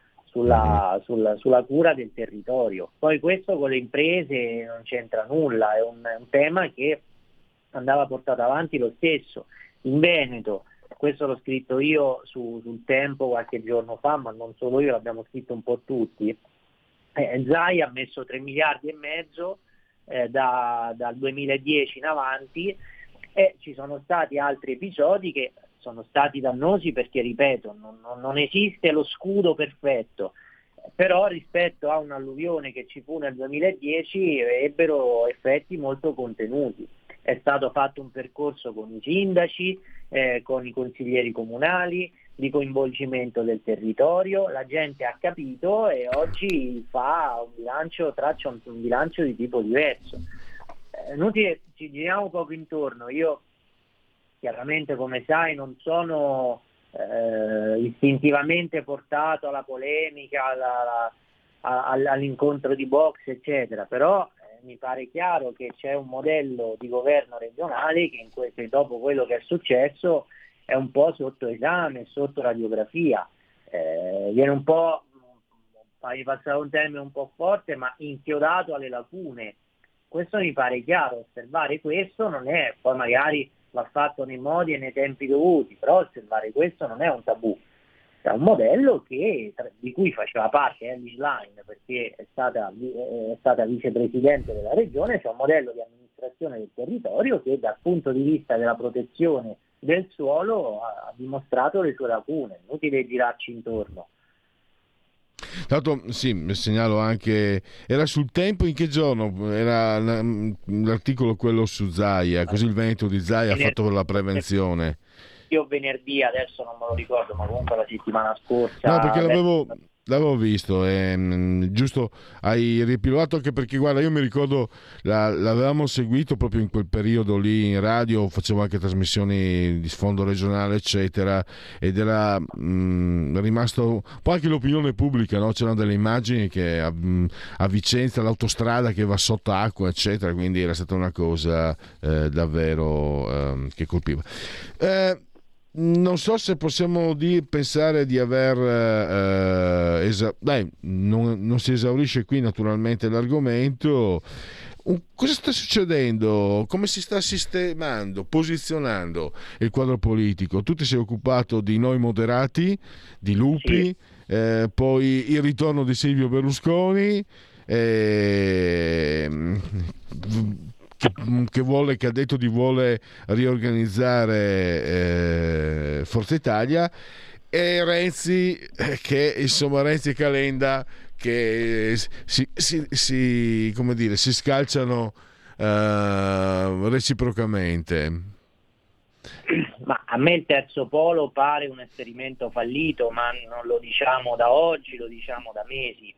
sulla cura del territorio. Poi questo con le imprese non c'entra nulla, è un tema che andava portato avanti lo stesso. In Veneto, questo l'ho scritto io sul Tempo qualche giorno fa, ma non solo io, l'abbiamo scritto un po' tutti, Zai ha messo 3 miliardi e mezzo dal 2010 in avanti e ci sono stati altri episodi che sono stati dannosi perché, ripeto, non esiste lo scudo perfetto, però rispetto a un'alluvione che ci fu nel 2010 ebbero effetti molto contenuti. È stato fatto un percorso con i sindaci, con i consiglieri comunali, di coinvolgimento del territorio, la gente ha capito e oggi fa un bilancio, traccia un bilancio di tipo diverso. Noi ci giriamo poco intorno, io chiaramente come sai non sono istintivamente portato alla polemica, all'incontro di box eccetera, però mi pare chiaro che c'è un modello di governo regionale che dopo quello che è successo è un po' sotto esame, sotto radiografia, viene un po', farmi passare un termine un po' forte, ma inchiodato alle lacune. Questo mi pare chiaro, osservare questo non è, poi magari va fatto nei modi e nei tempi dovuti, però osservare questo non è un tabù. È un modello di cui faceva parte Elly Schlein, perché è stata vicepresidente della regione, c'è un modello di amministrazione del territorio che dal punto di vista della protezione del suolo ha dimostrato le sue lacune, inutile girarci intorno. Tanto sì, segnalo anche, era sul Tempo, in che giorno? Era l'articolo quello su Zaia, così il Veneto di Zaia ha fatto per la prevenzione. Io venerdì, adesso non me lo ricordo, ma comunque la settimana scorsa. No, perché l'avevo visto, giusto, hai riepilogato anche perché guarda, io mi ricordo l'avevamo seguito proprio in quel periodo lì in radio, facevo anche trasmissioni di sfondo regionale eccetera, ed era rimasto poi anche l'opinione pubblica, no? C'erano delle immagini che a Vicenza l'autostrada che va sotto acqua eccetera, quindi era stata una cosa davvero che colpiva. Non so se possiamo pensare di aver non si esaurisce qui naturalmente l'argomento. Cosa sta succedendo? Come si sta sistemando, posizionando il quadro politico? Tu ti sei occupato di Noi Moderati, di Lupi, sì. Poi il ritorno di Silvio Berlusconi, che ha detto di vuole riorganizzare Forza Italia, e Renzi Renzi e Calenda che si scalciano reciprocamente. Ma a me il terzo polo pare un esperimento fallito, ma non lo diciamo da oggi, lo diciamo da mesi,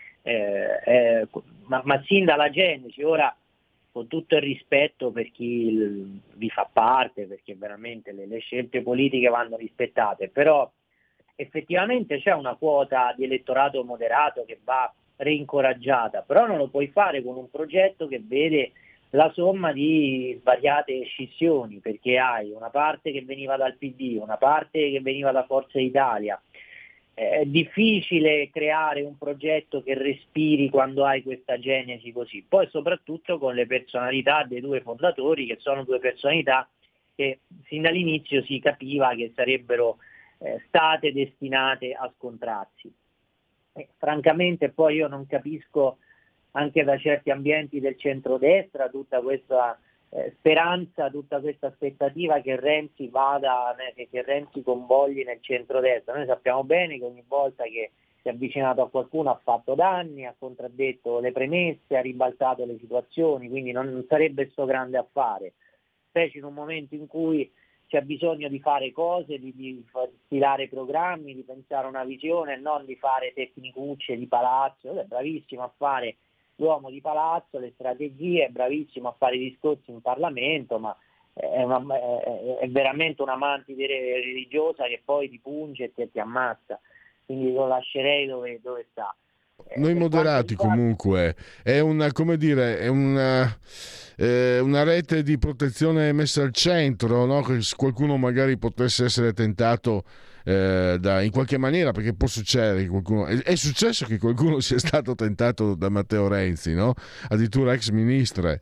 ma sin dalla genesi. Ora, con tutto il rispetto per chi vi fa parte, perché veramente le scelte politiche vanno rispettate, però effettivamente c'è una quota di elettorato moderato che va rincoraggiata, però non lo puoi fare con un progetto che vede la somma di svariate scissioni, perché hai una parte che veniva dal PD, una parte che veniva da Forza Italia. È difficile creare un progetto che respiri quando hai questa genesi così, poi soprattutto con le personalità dei due fondatori, che sono due personalità che sin dall'inizio si capiva che sarebbero state destinate a scontrarsi. Francamente poi io non capisco, anche da certi ambienti del centrodestra, tutta questa speranza, tutta questa aspettativa che Renzi che Renzi convogli nel centrodestra. Noi sappiamo bene che ogni volta che si è avvicinato a qualcuno ha fatto danni, ha contraddetto le premesse, ha ribaltato le situazioni, quindi non sarebbe sto grande affare, specie in un momento in cui c'è bisogno di fare cose, di stilare programmi, di pensare una visione e non di fare tecnicucce di palazzo. È bravissimo a fare l'uomo di palazzo, le strategie, è bravissimo a fare discorsi in Parlamento, ma è veramente una mantide religiosa che poi ti punge e ti ammazza, quindi lo lascerei dove sta. Noi moderati comunque è una, come dire, è una rete di protezione messa al centro, no? Che qualcuno magari potesse essere tentato in qualche maniera, perché può succedere che qualcuno, è successo che qualcuno sia stato tentato da Matteo Renzi, no? Addirittura ex ministre.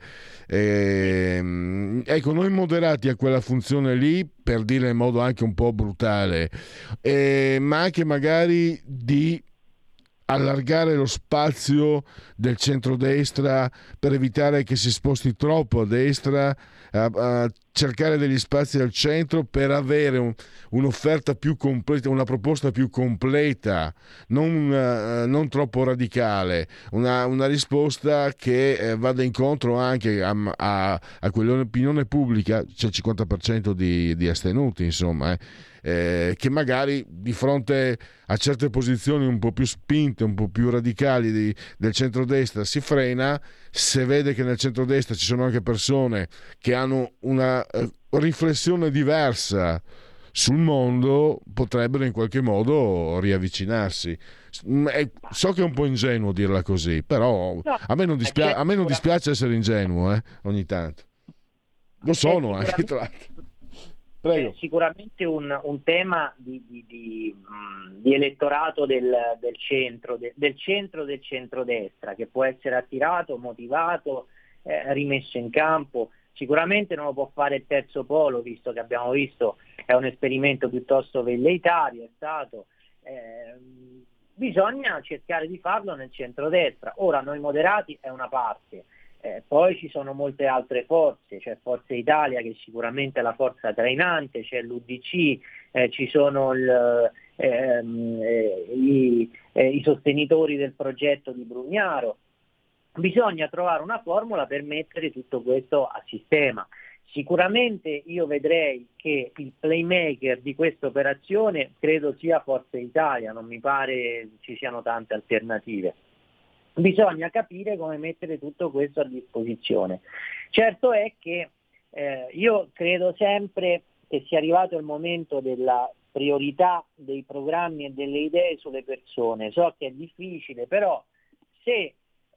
Ecco, noi moderati a quella funzione lì, per dire in modo anche un po' brutale, ma anche magari di allargare lo spazio del centrodestra per evitare che si sposti troppo a destra, a cercare degli spazi al centro per avere un'offerta più completa, una proposta più completa, non troppo radicale, una risposta che vada incontro anche a quell'opinione pubblica. C'è il 50% di astenuti, insomma, che magari di fronte a certe posizioni un po' più spinte, un po' più radicali del centrodestra si frena. Se vede che nel centrodestra ci sono anche persone che hanno una riflessione diversa sul mondo, potrebbero in qualche modo riavvicinarsi. So che è un po' ingenuo dirla così, però a me non dispiace essere ingenuo ogni tanto. Lo sono anche, tra l'altro. Prego. È sicuramente un tema di elettorato del centrodestra, che può essere attirato, motivato, rimesso in campo. Sicuramente non lo può fare il terzo polo, visto che abbiamo visto è un esperimento piuttosto velleitario, è stato. Bisogna cercare di farlo nel centrodestra. Ora, noi moderati è una parte. Poi ci sono molte altre forze, c'è Forza Italia che sicuramente è la forza trainante, c'è l'UDC, ci sono i sostenitori del progetto di Brugnaro. Bisogna trovare una formula per mettere tutto questo a sistema. Sicuramente io vedrei che il playmaker di questa operazione credo sia Forza Italia, non mi pare ci siano tante alternative. Bisogna capire come mettere tutto questo a disposizione. Certo è che io credo sempre che sia arrivato il momento della priorità dei programmi e delle idee sulle persone. So che è difficile, però se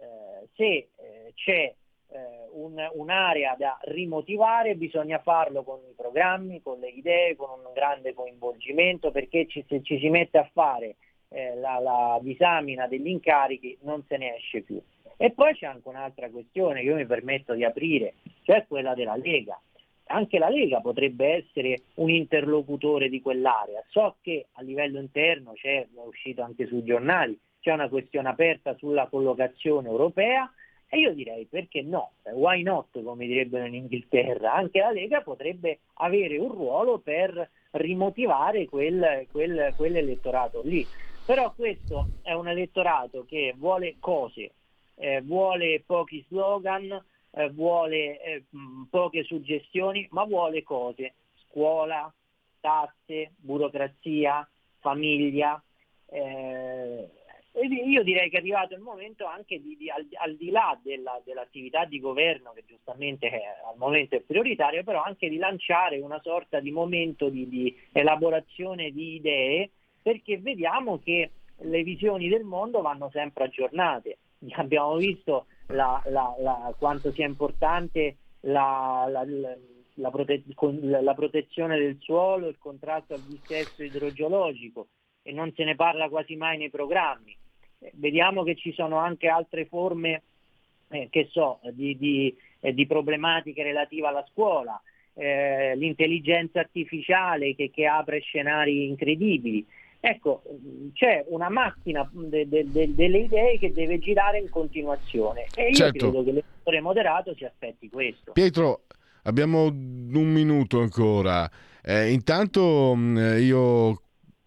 c'è un'area da rimotivare, bisogna farlo con i programmi, con le idee, con un grande coinvolgimento, perché se ci si mette a fare la disamina degli incarichi non se ne esce più. E poi c'è anche un'altra questione che io mi permetto di aprire, cioè quella della Lega. Anche la Lega potrebbe essere un interlocutore di quell'area. So che a livello interno è uscito anche sui giornali, c'è una questione aperta sulla collocazione europea, e io direi perché no, why not, come direbbero in Inghilterra. Anche la Lega potrebbe avere un ruolo per rimotivare quell'elettorato lì. Però questo è un elettorato che vuole cose, vuole pochi slogan, vuole poche suggestioni, ma vuole cose: scuola, tasse, burocrazia, famiglia. Io direi che è arrivato il momento anche al di là dell'attività di governo, che giustamente al momento è prioritaria, però anche di lanciare una sorta di momento di elaborazione di idee, perché vediamo che le visioni del mondo vanno sempre aggiornate. Abbiamo visto quanto sia importante la protezione del suolo, il contrasto al dissesto idrogeologico, e non se ne parla quasi mai nei programmi. Vediamo che ci sono anche altre forme di problematiche relative alla scuola, l'intelligenza artificiale che apre scenari incredibili. Ecco, c'è una macchina delle idee che deve girare in continuazione, e io credo che l'elettore moderato si aspetti questo. Pietro, abbiamo un minuto ancora. Intanto io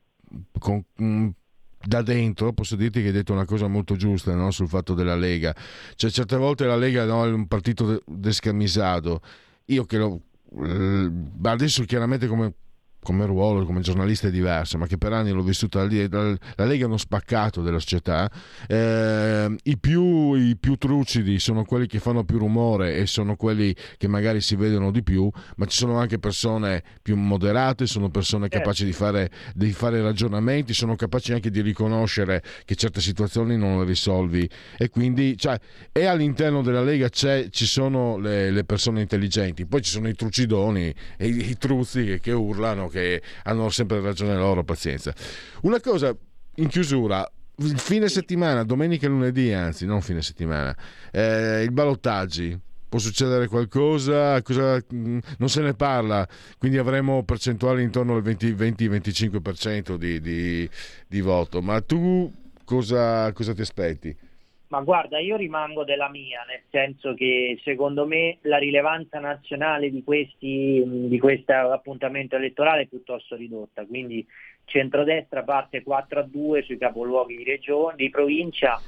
da dentro posso dirti che hai detto una cosa molto giusta, no? Sul fatto della Lega. Cioè, certe volte la Lega, no, è un partito descamisato. Io che adesso chiaramente, come come ruolo, come giornalista è diverso, ma che per anni l'ho vissuta la Lega è uno spaccato della società. I più trucidi sono quelli che fanno più rumore e sono quelli che magari si vedono di più, ma ci sono anche persone più moderate, sono persone capaci di fare ragionamenti, sono capaci anche di riconoscere che certe situazioni non le risolvi, e quindi e all'interno della Lega ci sono le persone intelligenti, poi ci sono i trucidoni e i truzzi che urlano, che hanno sempre ragione loro, pazienza. Una cosa in chiusura: il fine settimana, domenica e lunedì, anzi non fine settimana, il ballottaggi, può succedere qualcosa? Non se ne parla, quindi avremo percentuali intorno al 20-25% di voto, ma tu cosa ti aspetti? Ma guarda, io rimango della mia, nel senso che secondo me la rilevanza nazionale di questo appuntamento elettorale è piuttosto ridotta, quindi centrodestra parte 4-2 sui capoluoghi di provincia.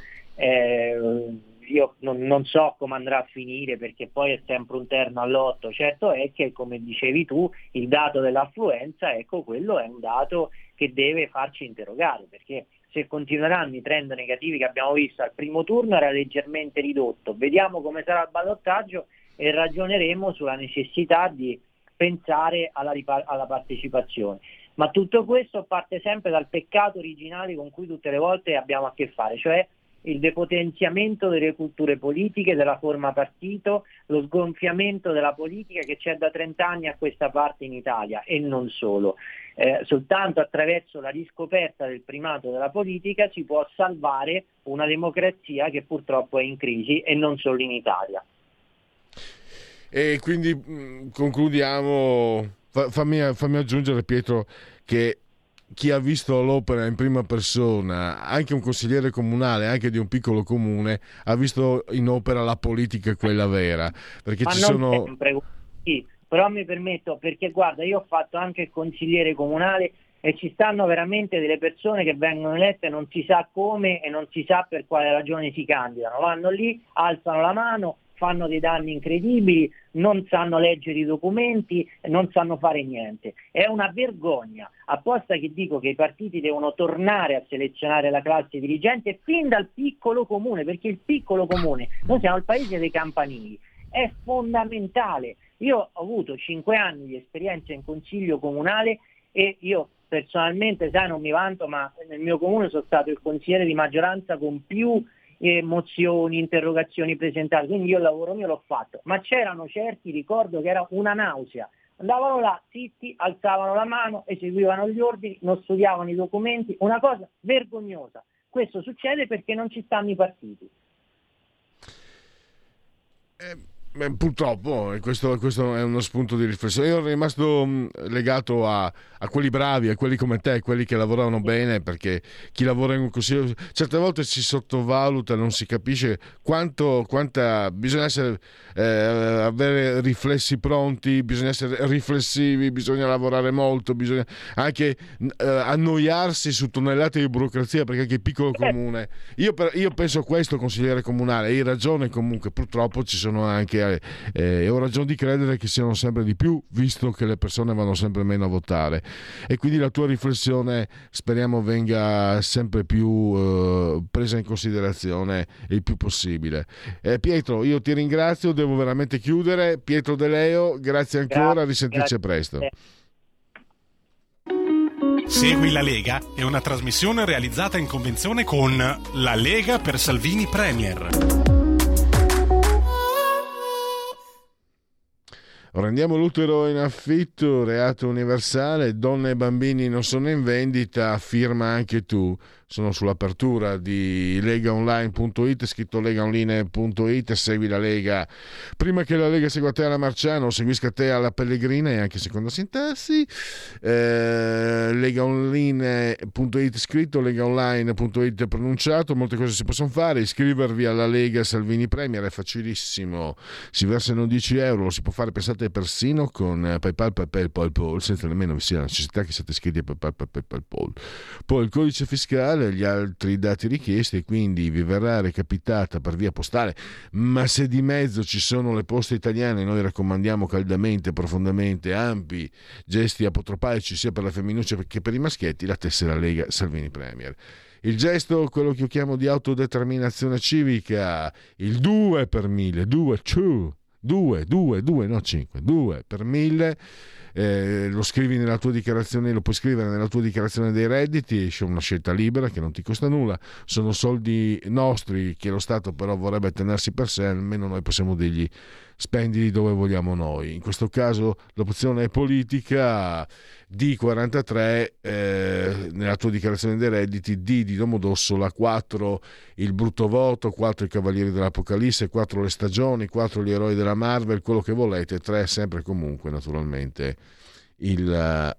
Io non so come andrà a finire, perché poi è sempre un terno all'otto. Certo è che, come dicevi tu, il dato dell'affluenza, ecco, quello è un dato che deve farci interrogare, perché se continueranno i trend negativi che abbiamo visto al primo turno era leggermente ridotto. Vediamo come sarà il ballottaggio e ragioneremo sulla necessità di pensare alla partecipazione. Ma tutto questo parte sempre dal peccato originale con cui tutte le volte abbiamo a che fare, cioè il depotenziamento delle culture politiche, della forma partito, lo sgonfiamento della politica che c'è da 30 anni a questa parte in Italia, e non solo. Soltanto attraverso la riscoperta del primato della politica si può salvare una democrazia che purtroppo è in crisi, e non solo in Italia. E quindi concludiamo. Fammi aggiungere, Pietro, che chi ha visto l'opera in prima persona, anche un consigliere comunale, anche di un piccolo comune, ha visto in opera la politica, quella vera, perché ma ci non sono sempre, sì, però mi permetto, perché guarda, io ho fatto anche il consigliere comunale e ci stanno veramente delle persone che vengono elette non si sa come e non si sa per quale ragione si candidano, vanno lì, alzano la mano, fanno dei danni incredibili, non sanno leggere i documenti, non sanno fare niente. È una vergogna. Apposta che dico che i partiti devono tornare a selezionare la classe dirigente fin dal piccolo comune, perché il piccolo comune, noi siamo il paese dei campanili, è fondamentale. Io ho avuto 5 anni di esperienza in consiglio comunale e io personalmente, sai, non mi vanto, ma nel mio comune sono stato il consigliere di maggioranza con più mozioni, interrogazioni presentate, quindi io il lavoro mio l'ho fatto, ma c'erano certi, ricordo che era una nausea, andavano là zitti, alzavano la mano, eseguivano gli ordini, non studiavano i documenti, una cosa vergognosa. Questo succede perché non ci stanno i partiti. Purtroppo questo è uno spunto di riflessione. Io ero rimasto legato a quelli bravi, a quelli come te, quelli che lavoravano bene, perché chi lavora in un consiglio certe volte si sottovaluta, non si capisce quanta bisogna essere avere riflessi pronti, bisogna essere riflessivi, bisogna lavorare molto, bisogna anche annoiarsi su tonnellate di burocrazia, perché anche il piccolo comune, io penso questo, consigliere comunale, hai ragione, comunque purtroppo ci sono anche e ho ragione di credere che siano sempre di più, visto che le persone vanno sempre meno a votare, e quindi la tua riflessione speriamo venga sempre più presa in considerazione il più possibile. Pietro, io ti ringrazio, devo veramente chiudere. Pietro De Leo, grazie ancora, risentirci presto. Segui la Lega è una trasmissione realizzata in convenzione con La Lega per Salvini Premier. Rendiamo l'utero in affitto, reato universale, donne e bambini non sono in vendita, firma anche tu. Sono sull'apertura di legaonline.it, scritto legaonline.it, segui la Lega prima che la Lega segua te alla Marciano, seguisca te alla Pellegrina e anche seconda sintassi. Legaonline.it scritto, legaonline.it pronunciato, molte cose si possono fare, iscrivervi alla Lega Salvini Premier è facilissimo, si versano 10 euro, lo si può fare, pensate, persino con PayPal, senza nemmeno vi sia la necessità che siate iscritti a PayPal. Poi il codice fiscale postale gli altri dati richiesti e quindi vi verrà recapitata per via postale, ma se di mezzo ci sono le poste italiane noi raccomandiamo caldamente, profondamente, ampi gesti apotropaici sia per la femminuccia che per i maschietti, la tessera Lega Salvini Premier. Il gesto, quello che io chiamo di autodeterminazione civica, il 2 per 1000, 2 per 1000, lo scrivi nella tua dichiarazione, lo puoi scrivere nella tua dichiarazione dei redditi, esce una scelta libera che non ti costa nulla, sono soldi nostri che lo Stato però vorrebbe tenersi per sé, almeno noi possiamo dirgli spendili dove vogliamo noi. In questo caso l'opzione è politica, D43 nella tua dichiarazione dei redditi, D di Domodossola, 4 il brutto voto, 4 i Cavalieri dell'Apocalisse, 4 le stagioni, 4 gli eroi della Marvel, quello che volete, 3 sempre comunque naturalmente il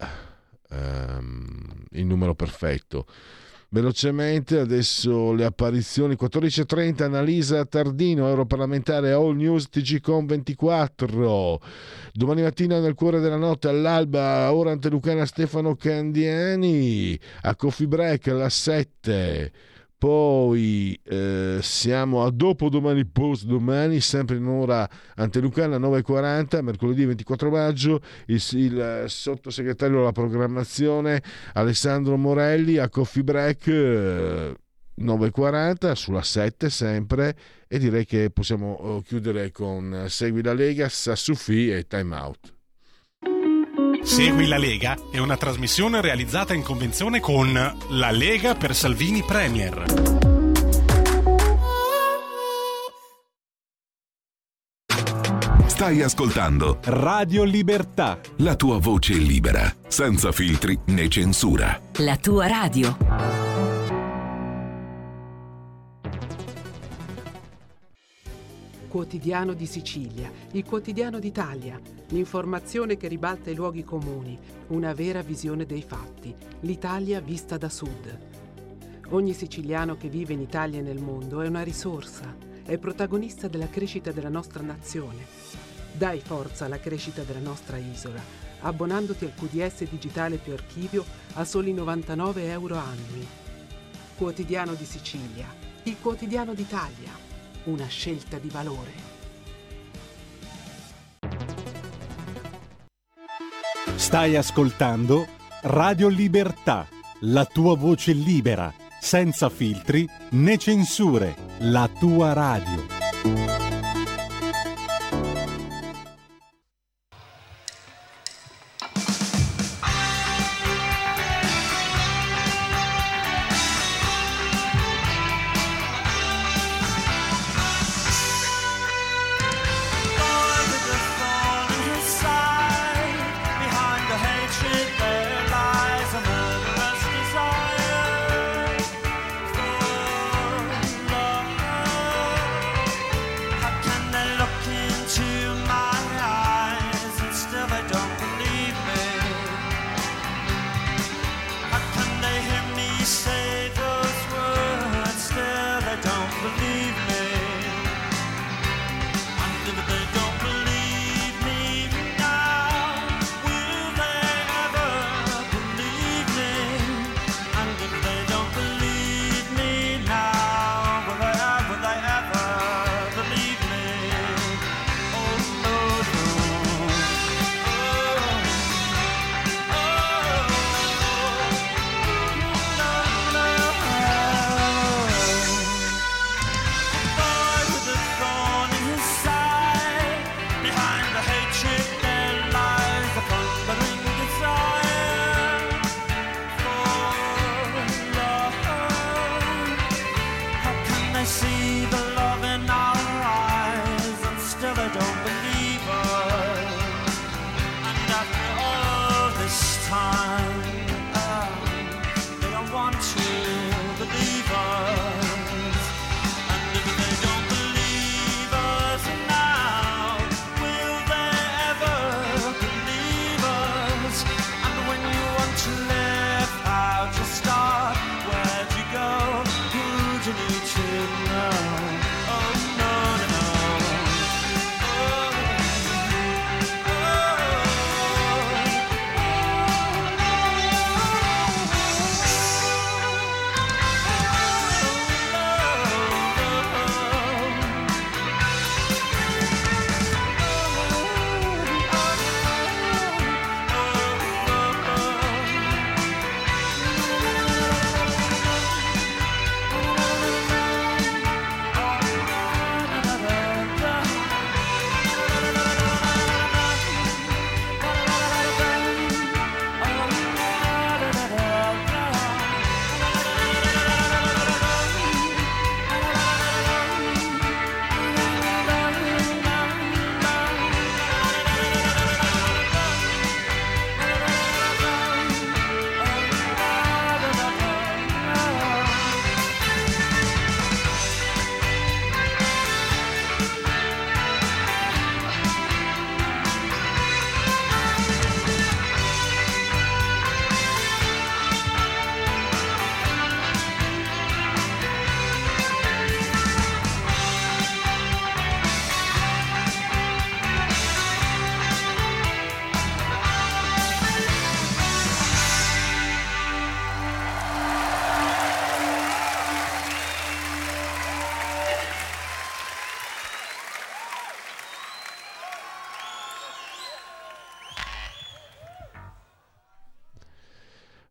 numero perfetto. Velocemente adesso le apparizioni. 14.30 Annalisa Tardino, europarlamentare, All News TGcom 24. Domani mattina nel cuore della notte all'alba ora antelucana Stefano Candiani, a Coffee Break alla 7. Poi siamo a dopodomani, postdomani, sempre in ora antelucana 9.40, mercoledì 24 maggio, il sottosegretario alla programmazione Alessandro Morelli a Coffee Break 9.40 sulla 7 sempre, e direi che possiamo chiudere con Segui la Lega, Sassufi e Time Out. Segui la Lega è una trasmissione realizzata in convenzione con La Lega per Salvini Premier. Stai ascoltando Radio Libertà, la tua voce libera, senza filtri né censura. La tua radio. Quotidiano di Sicilia, il quotidiano d'Italia, l'informazione che ribalta i luoghi comuni, una vera visione dei fatti, l'Italia vista da sud. Ogni siciliano che vive in Italia e nel mondo è una risorsa, è protagonista della crescita della nostra nazione. Dai forza alla crescita della nostra isola, abbonandoti al QDS digitale più archivio a soli 99 euro annui. Quotidiano di Sicilia, il quotidiano d'Italia. Una scelta di valore. Stai ascoltando Radio Libertà, la tua voce libera, senza filtri né censure, la tua radio.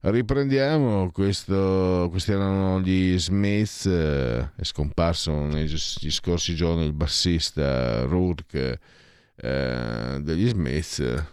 Riprendiamo questi erano gli Smiths, è scomparso negli scorsi giorni il bassista Rourke degli Smiths.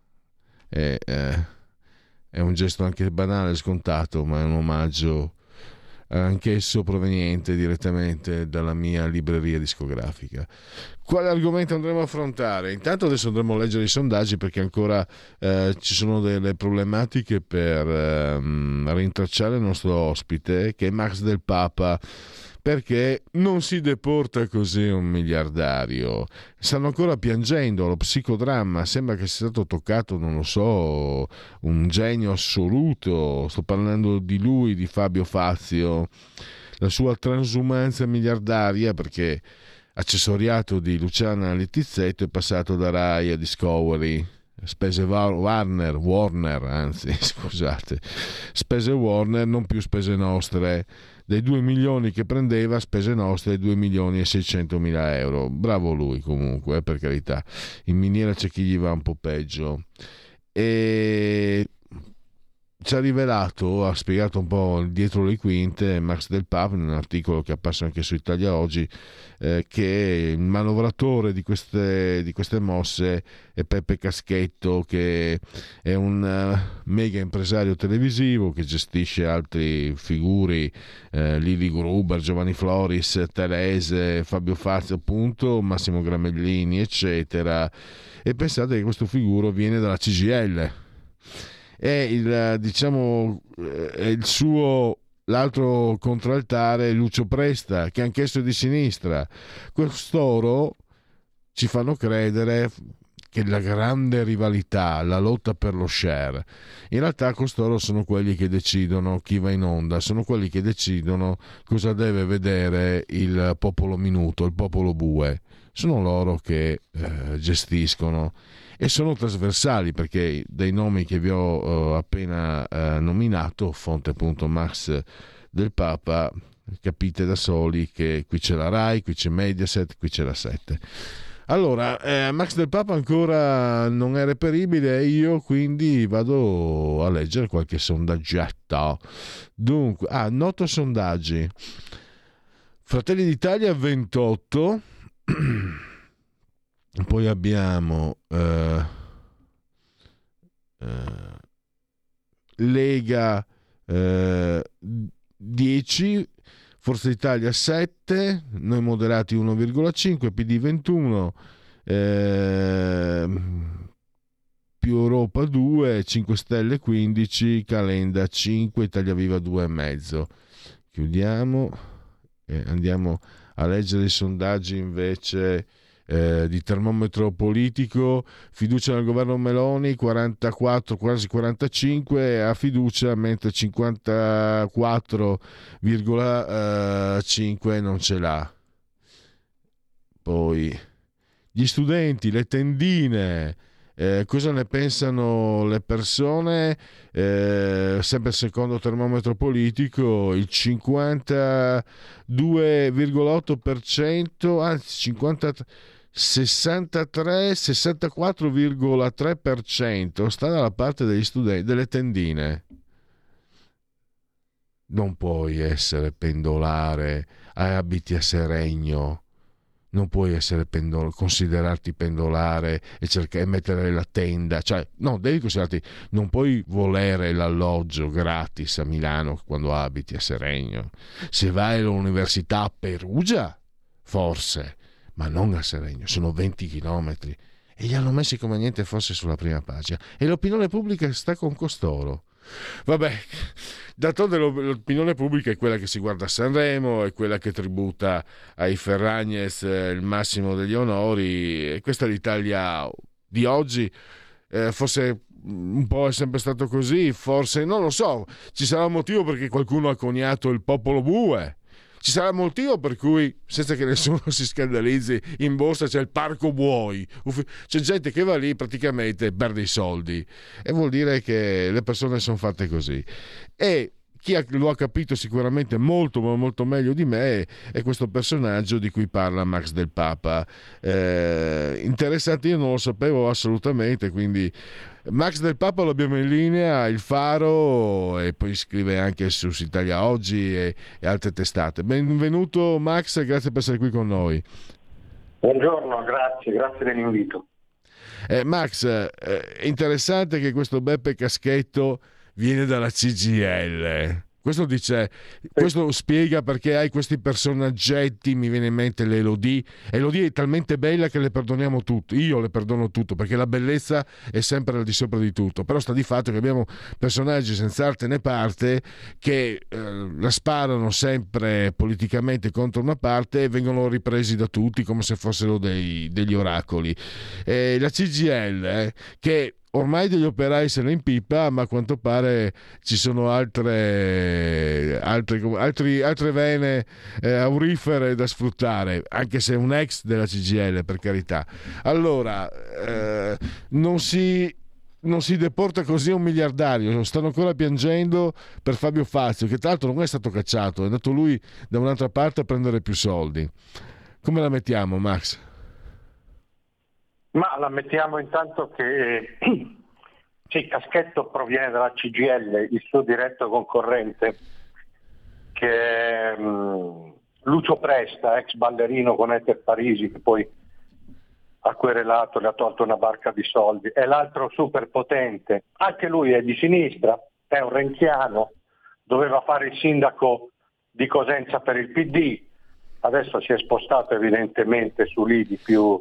È un gesto anche banale, scontato, ma è un omaggio anch'esso proveniente direttamente dalla mia libreria discografica. Quale argomento andremo a affrontare? Intanto adesso andremo a leggere i sondaggi, perché ancora ci sono delle problematiche per rintracciare il nostro ospite, che è Max Del Papa, perché non si deporta così un miliardario. Stanno ancora piangendo, lo psicodramma, sembra che sia stato toccato, non lo so, un genio assoluto. Sto parlando di lui, di Fabio Fazio, la sua transumanza miliardaria, perché accessoriato di Luciana Littizzetto è passato da Rai a Discovery. Spese Warner, spese Warner, non più spese nostre. Dei 2 milioni che prendeva, spese nostre 2 milioni e 600 mila euro. Bravo lui comunque, per carità. In miniera c'è chi gli va un po' peggio. E ci ha rivelato, ha spiegato un po' dietro le quinte Max Del Papa, in un articolo che è apparso anche su Italia Oggi, che il manovratore di queste mosse è Peppe Caschetto, che è un mega impresario televisivo che gestisce altri figuri, Lili Gruber, Giovanni Floris, Telese, Fabio Fazio appunto, Massimo Gramellini eccetera. E pensate che questo figuro viene dalla CGIL. È il suo, l'altro contraltare, Lucio Presta, che anch'esso è di sinistra. Costoro ci fanno credere che la grande rivalità, la lotta per lo share, in realtà costoro sono quelli che decidono chi va in onda, sono quelli che decidono cosa deve vedere il popolo minuto, il popolo bue. Sono loro che gestiscono. E sono trasversali, perché dei nomi che vi ho appena nominato, fonte appunto Max Del Papa, capite da soli che qui c'è la Rai, qui c'è Mediaset, qui c'è la 7. Allora, Max Del Papa ancora non è reperibile e io quindi vado a leggere qualche sondaggetto. Dunque, noto sondaggi. Fratelli d'Italia 28. Poi abbiamo Lega 10, Forza Italia 7, Noi Moderati 1,5, PD 21, più Europa 2, 5 Stelle 15, Calenda 5, Italia Viva 2,5. Chiudiamo e andiamo a leggere i sondaggi invece di termometro politico. Fiducia nel governo Meloni 44, quasi 45, a fiducia, mentre 54,5 non ce l'ha. Poi gli studenti, le tendine, cosa ne pensano le persone? Sempre secondo termometro politico, il 52,8%, anzi 64,3% sta dalla parte degli studenti, delle tendine. Non puoi essere pendolare, abiti a Seregno, non puoi essere considerarti pendolare e cercare di mettere la tenda, cioè no, devi considerarti, non puoi volere l'alloggio gratis a Milano quando abiti a Seregno. Se vai all'università a Perugia, forse, ma non a Seregno, sono 20 chilometri e li hanno messi come niente fosse sulla prima pagina e l'opinione pubblica sta con costoro. Vabbè, d'altronde l'opinione pubblica è quella che si guarda a Sanremo, è quella che tributa ai Ferragnez il massimo degli onori, e questa è l'Italia di oggi. Forse un po' è sempre stato così, forse non lo so, ci sarà un motivo perché qualcuno ha coniato il popolo bue. Ci sarà un motivo per cui, senza che nessuno si scandalizzi, in borsa c'è il parco buoi, c'è gente che va lì praticamente perde i soldi, e vuol dire che le persone sono fatte così. E lo ha capito sicuramente molto ma molto meglio di me è questo personaggio di cui parla Max Del Papa. Interessante, io non lo sapevo assolutamente, quindi Max Del Papa lo abbiamo in linea, Il Faro, e poi scrive anche su Italia Oggi e altre testate. Benvenuto Max, grazie per essere qui con noi. Buongiorno, grazie dell'invito. Max, è interessante che questo Beppe Caschetto viene dalla CGIL. Questo spiega perché hai questi personaggetti. Mi viene in mente l'Elodie. Elodie è talmente bella che le perdoniamo tutto. Io le perdono tutto perché la bellezza è sempre al di sopra di tutto. Però sta di fatto che abbiamo personaggi senza arte né parte che la sparano sempre politicamente contro una parte e vengono ripresi da tutti come se fossero degli oracoli. La CGIL che ormai degli operai se ne impipa, ma a quanto pare ci sono altre vene aurifere da sfruttare, anche se è un ex della CGIL, per carità. Allora, non si deporta così un miliardario. Stanno ancora piangendo per Fabio Fazio, che tra l'altro non è stato cacciato, è andato lui da un'altra parte a prendere più soldi. Come la mettiamo, Max? Ma la mettiamo intanto che sì, Caschetto proviene dalla CGIL, il suo diretto concorrente, che è Lucio Presta, ex ballerino con Eter Parisi, che poi ha querelato, le ha tolto una barca di soldi, è l'altro superpotente, anche lui è di sinistra, è un renziano, doveva fare il sindaco di Cosenza per il PD, adesso si è spostato evidentemente su lì di più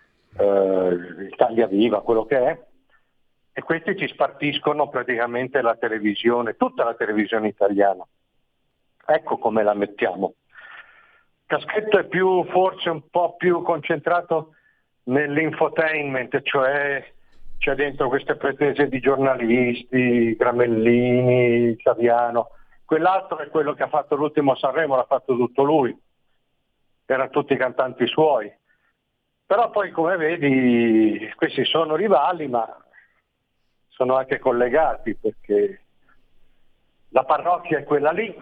Italia Viva, quello che è, e questi ci spartiscono praticamente la televisione, tutta la televisione italiana. Ecco come la mettiamo. Caschetto è forse un po' più concentrato nell'infotainment, cioè c'è dentro queste pretese di giornalisti, Gramellini, Saviano. Quell'altro è quello che ha fatto l'ultimo Sanremo, l'ha fatto tutto lui, erano tutti cantanti suoi. Però poi, come vedi, questi sono rivali, ma sono anche collegati, perché la parrocchia è quella lì.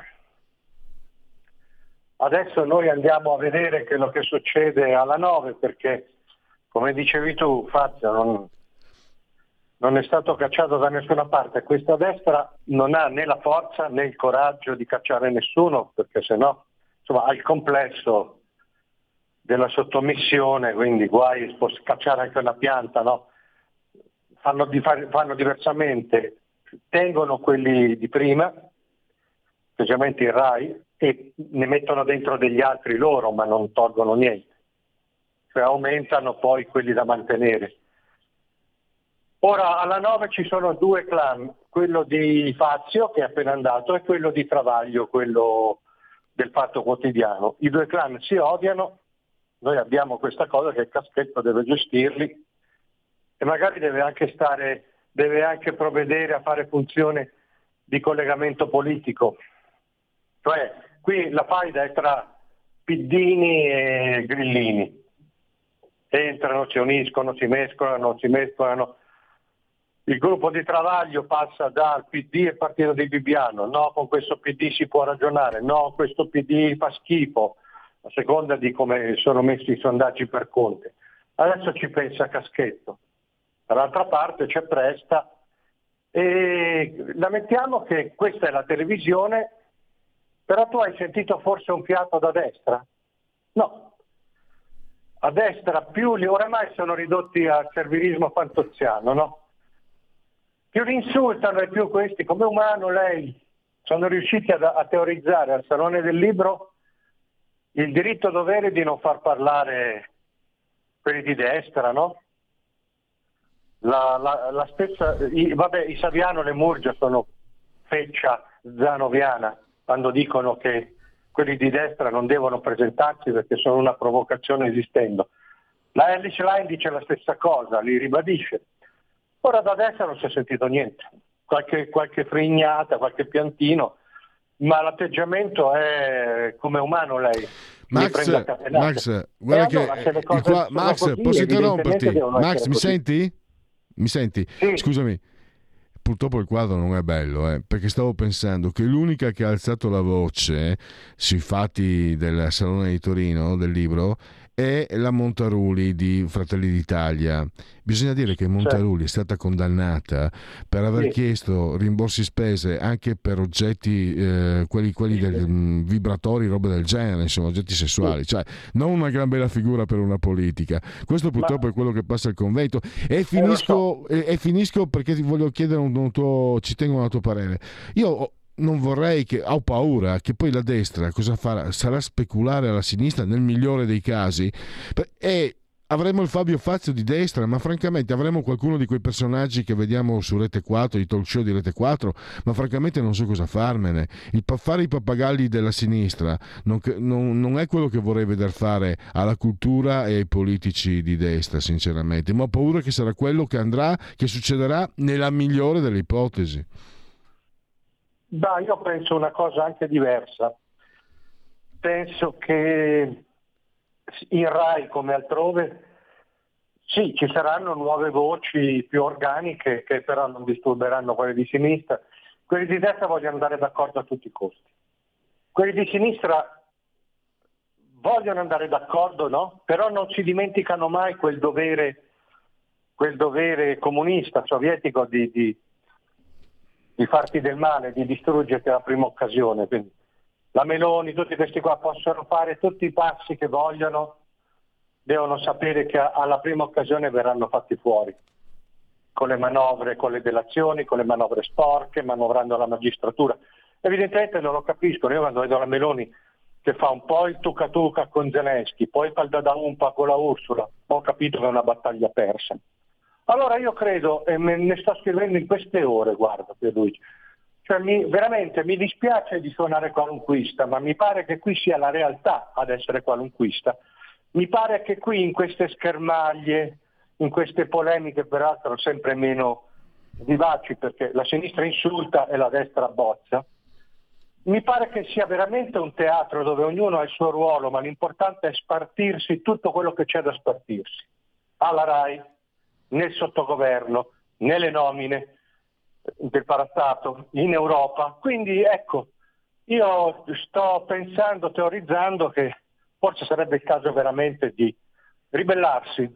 Adesso noi andiamo a vedere quello che succede alla 9, perché, come dicevi tu, Fazio non è stato cacciato da nessuna parte. Questa destra non ha né la forza né il coraggio di cacciare nessuno, perché sennò, insomma, ha il complesso della sottomissione, quindi guai cacciare anche una pianta, no? Fanno diversamente, tengono quelli di prima, specialmente il RAI, e ne mettono dentro degli altri loro, ma non tolgono niente, cioè aumentano poi quelli da mantenere. Ora alla 9 ci sono due clan, quello di Fazio che è appena andato e quello di Travaglio, quello del Fatto Quotidiano. I due clan si odiano. Noi abbiamo questa cosa che il Caschetto deve gestirli e magari deve anche provvedere a fare funzione di collegamento politico. Cioè, qui la faida è tra Piddini e Grillini. Entrano, si uniscono, si mescolano. Il gruppo di Travaglio passa dal PD e Partito di Bibbiano. No, con questo PD si può ragionare. No, questo PD fa schifo. A seconda di come sono messi i sondaggi per Conte. Adesso ci pensa Caschetto. Dall'altra parte c'è Presta e la mettiamo che questa è la televisione, però tu hai sentito forse un fiato da destra? No. A destra oramai sono ridotti al servilismo fantoziano, no? Più li insultano e più questi, come umano lei, sono riusciti a teorizzare al Salone del Libro il diritto dovere di non far parlare quelli di destra, no? La stessa, i Saviano e le Murgia sono feccia zanoviana quando dicono che quelli di destra non devono presentarsi perché sono una provocazione esistendo. La Ellis Line dice la stessa cosa, li ribadisce. Ora da destra non si è sentito niente, qualche frignata, qualche piantino, ma l'atteggiamento è come umano lei. Max, guarda che Max, posso interromperti? Max, mi senti? Sì. Scusami. purtroppo il quadro non è bello, perché stavo pensando che l'unica che ha alzato la voce sui fatti del Salone di Torino del libro è la Montaruli di Fratelli d'Italia. Bisogna dire che Montaruli è stata condannata per aver chiesto rimborsi spese anche per oggetti, quelli del vibratori, robe del genere, insomma, oggetti sessuali, cioè non una gran bella figura per una politica. Questo purtroppo è quello che passa al convento. E finisco perché ti voglio chiedere ci tengo un tuo parere. Io non vorrei ho paura che poi la destra cosa farà? Sarà speculare alla sinistra nel migliore dei casi, e avremo il Fabio Fazio di destra, ma francamente avremo qualcuno di quei personaggi che vediamo su Rete 4, i talk show di Rete 4, ma francamente non so cosa farmene. Fare i pappagalli della sinistra non è quello che vorrei vedere fare alla cultura e ai politici di destra, sinceramente, ma ho paura che sarà quello che succederà nella migliore delle ipotesi. Io penso una cosa anche diversa. Penso che in Rai come altrove sì, ci saranno nuove voci più organiche che però non disturberanno quelle di sinistra. Quelli di destra vogliono andare d'accordo a tutti i costi. Quelli di sinistra vogliono andare d'accordo, no? Però non si dimenticano mai quel dovere comunista, sovietico di farti del male, di distruggerti alla prima occasione. Quindi la Meloni, tutti questi qua possono fare tutti i passi che vogliono, devono sapere che alla prima occasione verranno fatti fuori, con le manovre, con le delazioni, con le manovre sporche, manovrando la magistratura. Evidentemente non lo capiscono. Io quando vedo la Meloni che fa un po' il tuca con Zelensky, poi fa il dadaumpa con la Ursula, ho capito che è una battaglia persa. Allora io credo, e me ne sto scrivendo in queste ore, guarda Pierluigi, cioè veramente mi dispiace di suonare qualunquista, ma mi pare che qui sia la realtà ad essere qualunquista. Mi pare che qui in queste schermaglie, in queste polemiche peraltro sempre meno vivaci, perché la sinistra insulta e la destra bozza, mi pare che sia veramente un teatro dove ognuno ha il suo ruolo, ma l'importante è spartirsi tutto quello che c'è da spartirsi. Alla Rai, nel sottogoverno, nelle nomine del parastato, in Europa. Quindi ecco, io sto pensando, teorizzando che forse sarebbe il caso veramente di ribellarsi,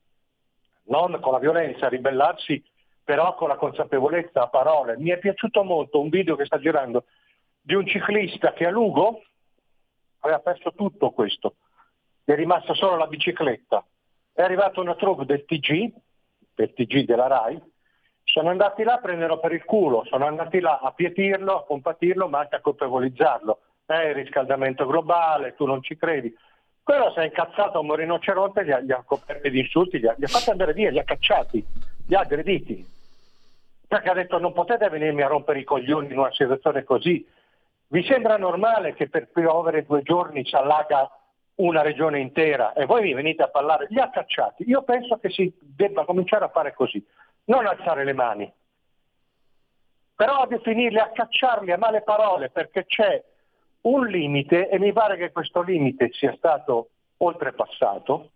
non con la violenza, ribellarsi però con la consapevolezza a parole. Mi è piaciuto molto un video che sta girando di un ciclista che a Lugo aveva perso tutto questo, è rimasta solo la bicicletta. È arrivata una troupe del TG della Rai, sono andati là a prenderlo per il culo, sono andati là a pietirlo, a compatirlo, ma anche a colpevolizzarlo. Il riscaldamento globale, tu non ci credi. Quello si è incazzato come un rinoceronte, gli ha coperti di insulti, li ha fatti andare via, li ha cacciati, li ha aggrediti. Perché ha detto non potete venirmi a rompere i coglioni in una situazione così. Vi sembra normale che per piovere 2 giorni si allaga una regione intera e voi mi venite a parlare? Li ha cacciati. Io penso che si debba cominciare a fare così, non alzare le mani, però a definirli, a cacciarli a male parole, perché c'è un limite e mi pare che questo limite sia stato oltrepassato.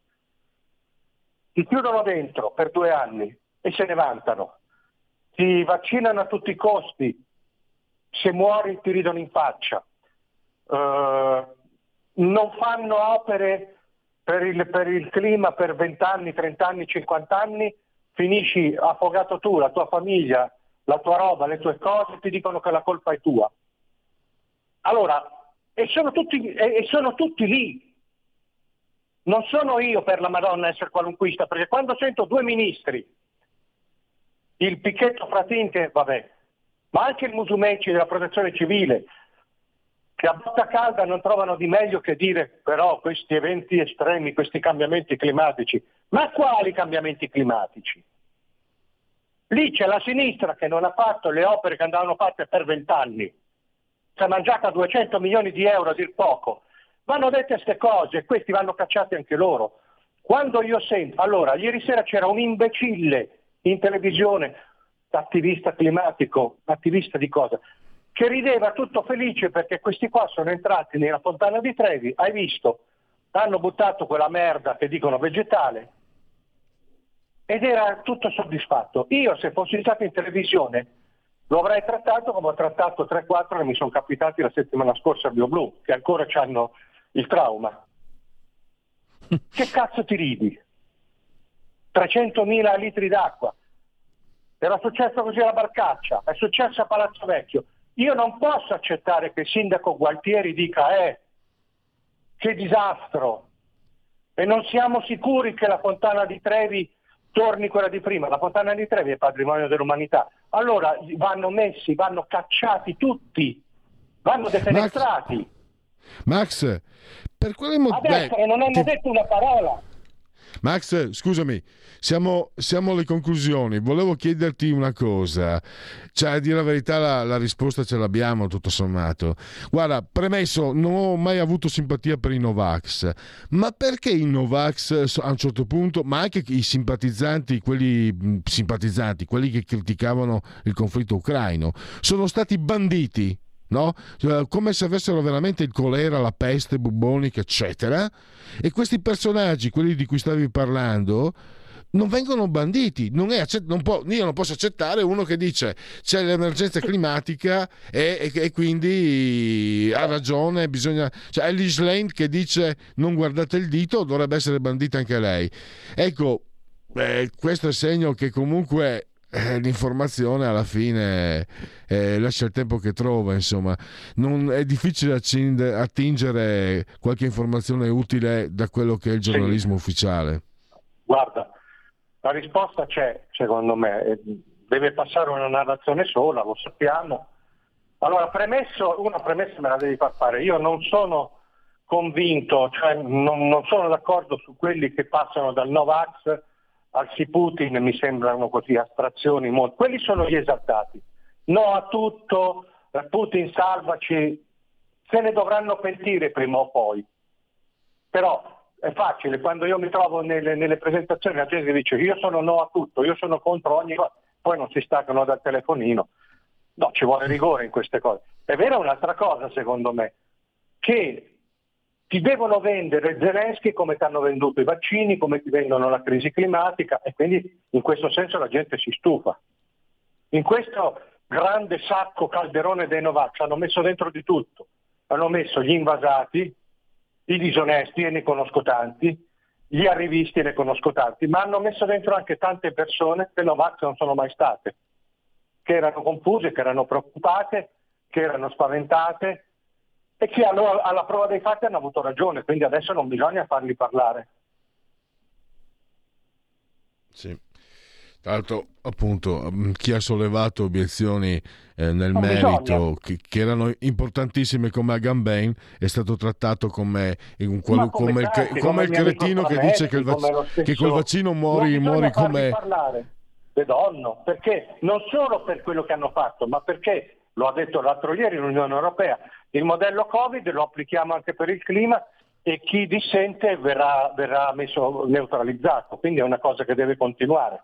Ti chiudono dentro per 2 anni e se ne vantano, ti vaccinano a tutti i costi, se muori ti ridono in faccia, non fanno opere per il clima per 20 anni, 30 anni, 50 anni, finisci affogato tu, la tua famiglia, la tua roba, le tue cose, ti dicono che la colpa è tua. Allora, e sono tutti lì. Non sono io per la Madonna a essere qualunquista, perché quando sento 2 ministri, il Picchetto Fratin che vabbè, ma anche il Musumeci della Protezione Civile, che a botta calda non trovano di meglio che dire però questi eventi estremi, questi cambiamenti climatici. Ma quali cambiamenti climatici? Lì c'è la sinistra che non ha fatto le opere che andavano fatte per 20 anni. Si è mangiata 200 milioni di euro a dir poco. Vanno dette queste cose, questi vanno cacciati anche loro. Quando io sento, allora, ieri sera c'era un imbecille in televisione, attivista climatico, attivista di cosa? Che rideva tutto felice perché questi qua sono entrati nella fontana di Trevi, hai visto? Hanno buttato quella merda che dicono vegetale, ed era tutto soddisfatto. Io, se fossi stato in televisione, lo avrei trattato come ho trattato 3-4 che mi sono capitati la settimana scorsa a BioBlu, che ancora hanno il trauma. Che cazzo ti ridi? 300.000 litri d'acqua. Era successo così alla Barcaccia, è successo a Palazzo Vecchio. Io non posso accettare che il sindaco Gualtieri dica che disastro, e non siamo sicuri che la Fontana di Trevi torni quella di prima. La Fontana di Trevi è patrimonio dell'umanità. Allora vanno cacciati tutti, vanno defenestrati. Max, per quale motivo? Adesso non hanno detto una parola. Max, scusami, siamo alle conclusioni. Volevo chiederti una cosa, cioè, a dire la verità la risposta ce l'abbiamo tutto sommato. Guarda, premesso, non ho mai avuto simpatia per i Novax, ma perché i Novax a un certo punto, ma anche i simpatizzanti, quelli che criticavano il conflitto ucraino, sono stati banditi? No? Come se avessero veramente il colera, la peste bubbonica, eccetera, e questi personaggi, quelli di cui stavi parlando, non vengono banditi. Io non posso accettare uno che dice c'è l'emergenza climatica e quindi ha ragione, bisogna, cioè Elise Lane che dice non guardate il dito, dovrebbe essere bandita anche lei. Ecco, questo è segno che comunque l'informazione alla fine lascia il tempo che trova, insomma. Non è difficile attingere qualche informazione utile da quello che è il giornalismo ufficiale. Guarda, la risposta c'è, secondo me, deve passare una narrazione sola, lo sappiamo. Allora, una premessa me la devi far fare. Io non sono convinto, cioè non sono d'accordo su quelli che passano dal Novax al sì Putin, mi sembrano così astrazioni molto. Quelli sono gli esaltati. No a tutto, Putin salvaci, se ne dovranno pentire prima o poi. Però è facile, quando io mi trovo nelle presentazioni la gente dice io sono no a tutto, io sono contro ogni cosa, poi non si staccano dal telefonino. No, ci vuole rigore in queste cose. È vera un'altra cosa, secondo me, che ti devono vendere Zelensky come ti hanno venduto i vaccini, come ti vendono la crisi climatica, e quindi in questo senso la gente si stufa. In questo grande sacco calderone dei Novax hanno messo dentro di tutto. Hanno messo gli invasati, i disonesti, e ne conosco tanti, gli arrivisti, e ne conosco tanti, ma hanno messo dentro anche tante persone che Novax non sono mai state, che erano confuse, che erano preoccupate, che erano spaventate, e che alla prova dei fatti hanno avuto ragione, quindi adesso non bisogna farli parlare. Sì. Tra l'altro, appunto, chi ha sollevato obiezioni nel merito che erano importantissime come Agamben è stato trattato come il cretino che dice che col vaccino muori come Donno, perché non solo per quello che hanno fatto, ma perché, lo ha detto l'altro ieri l'Unione Europea, il modello Covid lo applichiamo anche per il clima e chi dissente verrà messo neutralizzato, quindi è una cosa che deve continuare.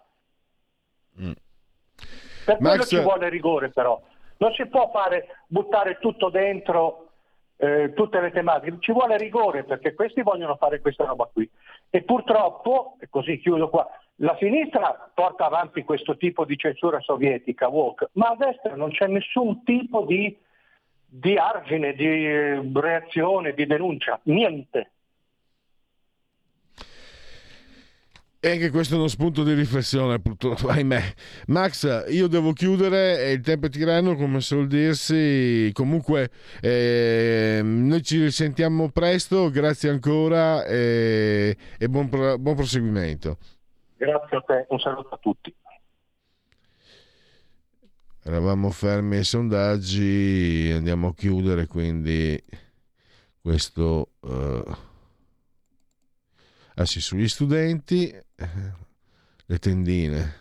Per quello ci vuole rigore, però non si può buttare tutto dentro, tutte le tematiche, ci vuole rigore, perché questi vogliono fare questa roba qui, e purtroppo, e così chiudo qua, la sinistra porta avanti questo tipo di censura sovietica, woke, ma a destra non c'è nessun tipo di argine, di reazione, di denuncia, niente. E anche questo è uno spunto di riflessione, purtroppo, ahimè. Max, io devo chiudere, e il tempo è tiranno, come suol dirsi. Comunque noi ci risentiamo presto, grazie ancora e buon proseguimento. Grazie a te, un saluto a tutti. Eravamo fermi ai sondaggi, andiamo a chiudere, quindi questo sì, sugli studenti, le tendine.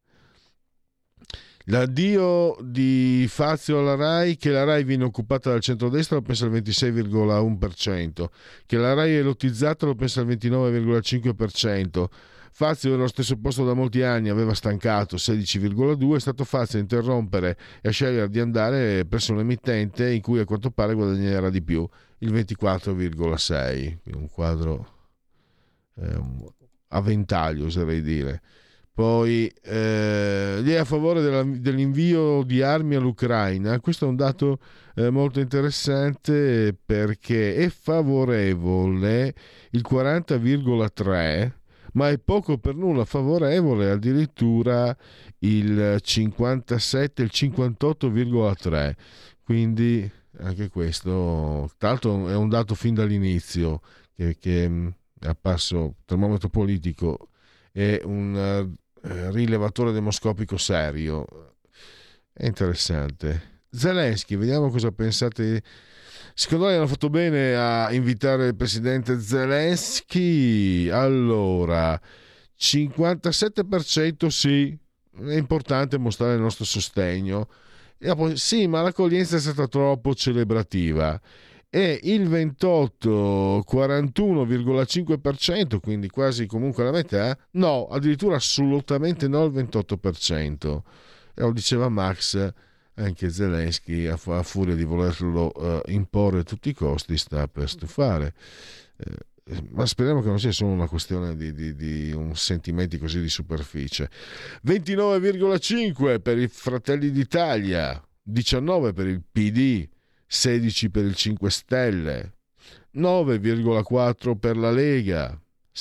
L'addio di Fazio alla RAI, che la RAI viene occupata dal centrodestra, lo pensa al 26,1%, che la RAI è lotizzata, lo pensa al 29,5%. Fazio era allo stesso posto da molti anni, aveva stancato 16,2%, è stato Fazio a interrompere e a scegliere di andare presso un emittente in cui a quanto pare guadagnerà di più, il 24,6%, un quadro a ventaglio, oserei dire. Poi lei è a favore dell'invio di armi all'Ucraina. Questo è un dato molto interessante, perché è favorevole il 40,3%, ma è poco per nulla favorevole addirittura il 57, il 58,3%. Quindi anche questo, tra l'altro, è un dato fin dall'inizio che è apparso termometro politico, è un rilevatore demoscopico serio. È interessante. Zelensky, vediamo cosa pensate. Secondo lei hanno fatto bene a invitare il presidente Zelensky? Allora, 57% sì, è importante mostrare il nostro sostegno. E poi, sì, ma l'accoglienza è stata troppo celebrativa. E il 41,5%, quindi quasi comunque la metà, no, addirittura assolutamente no, il 28%. E lo diceva Max, anche Zelensky, a furia di volerlo imporre a tutti i costi, sta per stufare. Ma speriamo che non sia solo una questione di un sentimenti così di superficie. 29,5% per i Fratelli d'Italia, 19% per il PD, 16% per il 5 Stelle, 9,4% per la Lega,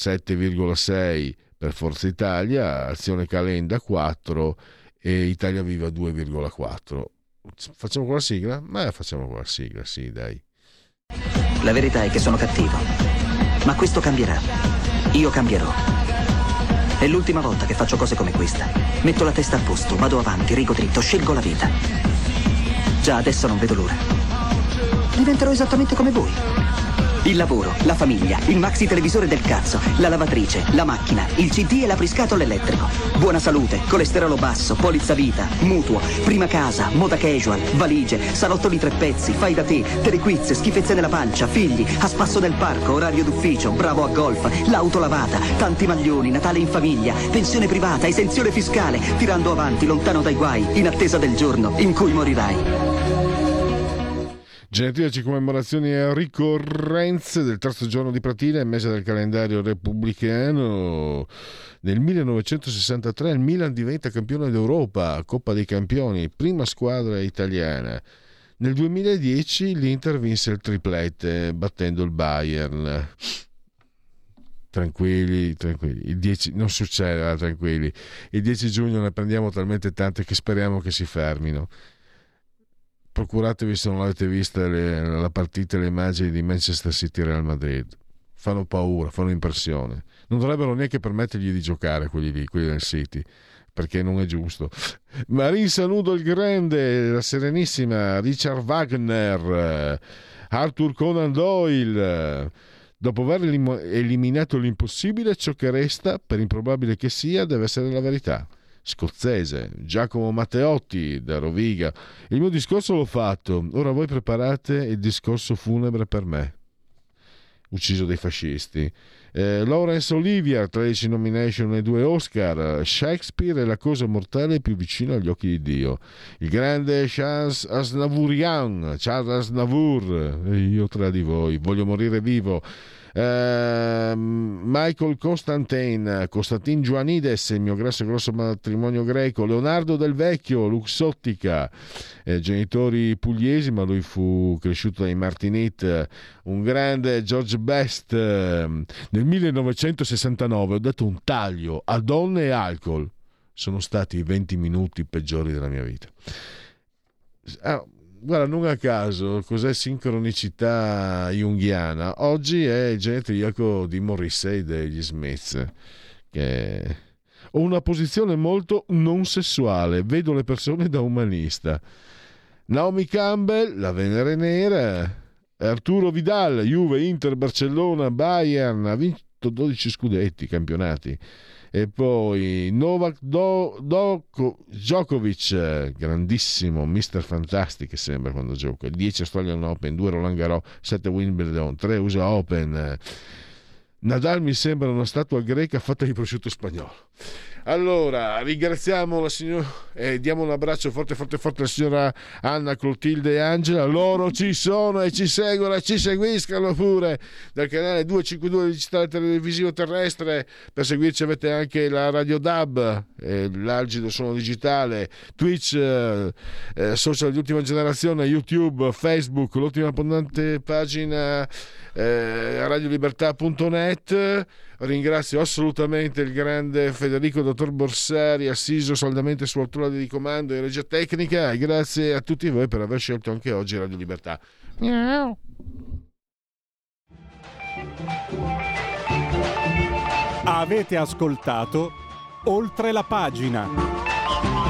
7,6% per Forza Italia, Azione Calenda 4% e Italia Viva 2,4%. Facciamo con la sigla? Ma facciamo con la sigla, sì, dai. La verità è che sono cattivo, ma questo cambierà. Io cambierò. È l'ultima volta che faccio cose come questa. Metto la testa a posto, vado avanti, rigo dritto, scelgo la vita. Già adesso non vedo l'ora. Diventerò esattamente come voi. Il lavoro, la famiglia, il maxi televisore del cazzo, la lavatrice, la macchina, il CD e l'apriscatole elettrico. Buona salute, colesterolo basso, polizza vita, mutuo, prima casa, moda casual, valigie, salotto di 3 pezzi, fai da te, telequiz, schifezze nella pancia, figli, a spasso nel parco, orario d'ufficio, bravo a golf, l'auto lavata, tanti maglioni, Natale in famiglia, pensione privata, esenzione fiscale, tirando avanti, lontano dai guai, in attesa del giorno in cui morirai. Genetriaci, commemorazioni e ricorrenze del terzo giorno di Pratina, mese del calendario repubblicano. Nel 1963 il Milan diventa campione d'Europa, Coppa dei Campioni, prima squadra italiana. Nel 2010 l'Inter vinse il triplete battendo il Bayern. Tranquilli, il 10 non succederà, tranquilli. Il 10 giugno ne prendiamo talmente tante che speriamo che si fermino. Procuratevi, se non l'avete vista, la partita e le immagini di Manchester City Real Madrid. Fanno paura, fanno impressione. Non dovrebbero neanche permettergli di giocare quelli del City, perché non è giusto. Marin Sanudo il Grande, la Serenissima, Richard Wagner, Arthur Conan Doyle. Dopo aver eliminato l'impossibile, ciò che resta, per improbabile che sia, deve essere la verità. Scozzese, Giacomo Matteotti da Roviga. Il mio discorso l'ho fatto, ora voi preparate il discorso funebre per me. Ucciso dai fascisti. Laurence Olivier, 13 nomination e 2 Oscar. Shakespeare è la cosa mortale più vicina agli occhi di Dio. Il grande Charles Aznavourian, Charles Aznavour, io tra di voi, voglio morire vivo. Michael Constantin Ioannides, il mio grosso matrimonio greco. Leonardo Del Vecchio, Luxottica, genitori pugliesi, ma lui fu cresciuto dai Martinit. Un grande George Best. Nel 1969 ho dato un taglio a donne e alcol. Sono stati i 20 minuti peggiori della mia vita. Guarda, non a caso, cos'è sincronicità junghiana? Oggi è il genetriaco di Morrissey degli Smiths. Che ho una posizione molto non sessuale, vedo le persone da umanista. Naomi Campbell, la Venere Nera. Arturo Vidal, Juve, Inter, Barcellona, Bayern, ha vinto 12 scudetti, campionati. E poi Novak Djokovic, grandissimo, Mr. Fantastic sembra quando gioca, 10 Australian Open, 2 Roland Garros, 7 Wimbledon, 3 USA Open. Nadal mi sembra una statua greca fatta di prosciutto spagnolo. Allora, ringraziamo la signora diamo un abbraccio forte alla signora Anna, Clotilde e Angela. Loro ci sono e ci seguono e ci seguiscano pure dal canale 252 digitale televisivo terrestre. Per seguirci avete anche la Radio DAB, l'Algido Suono Digitale, Twitch, social di ultima generazione, YouTube, Facebook, l'ultima abbondante pagina radiolibertà.net. Ringrazio assolutamente il grande Federico Dottor Borsari, assiso saldamente sulla altura di comando e regia tecnica, e grazie a tutti voi per aver scelto anche oggi Radio Libertà. Miau. Avete ascoltato Oltre la pagina.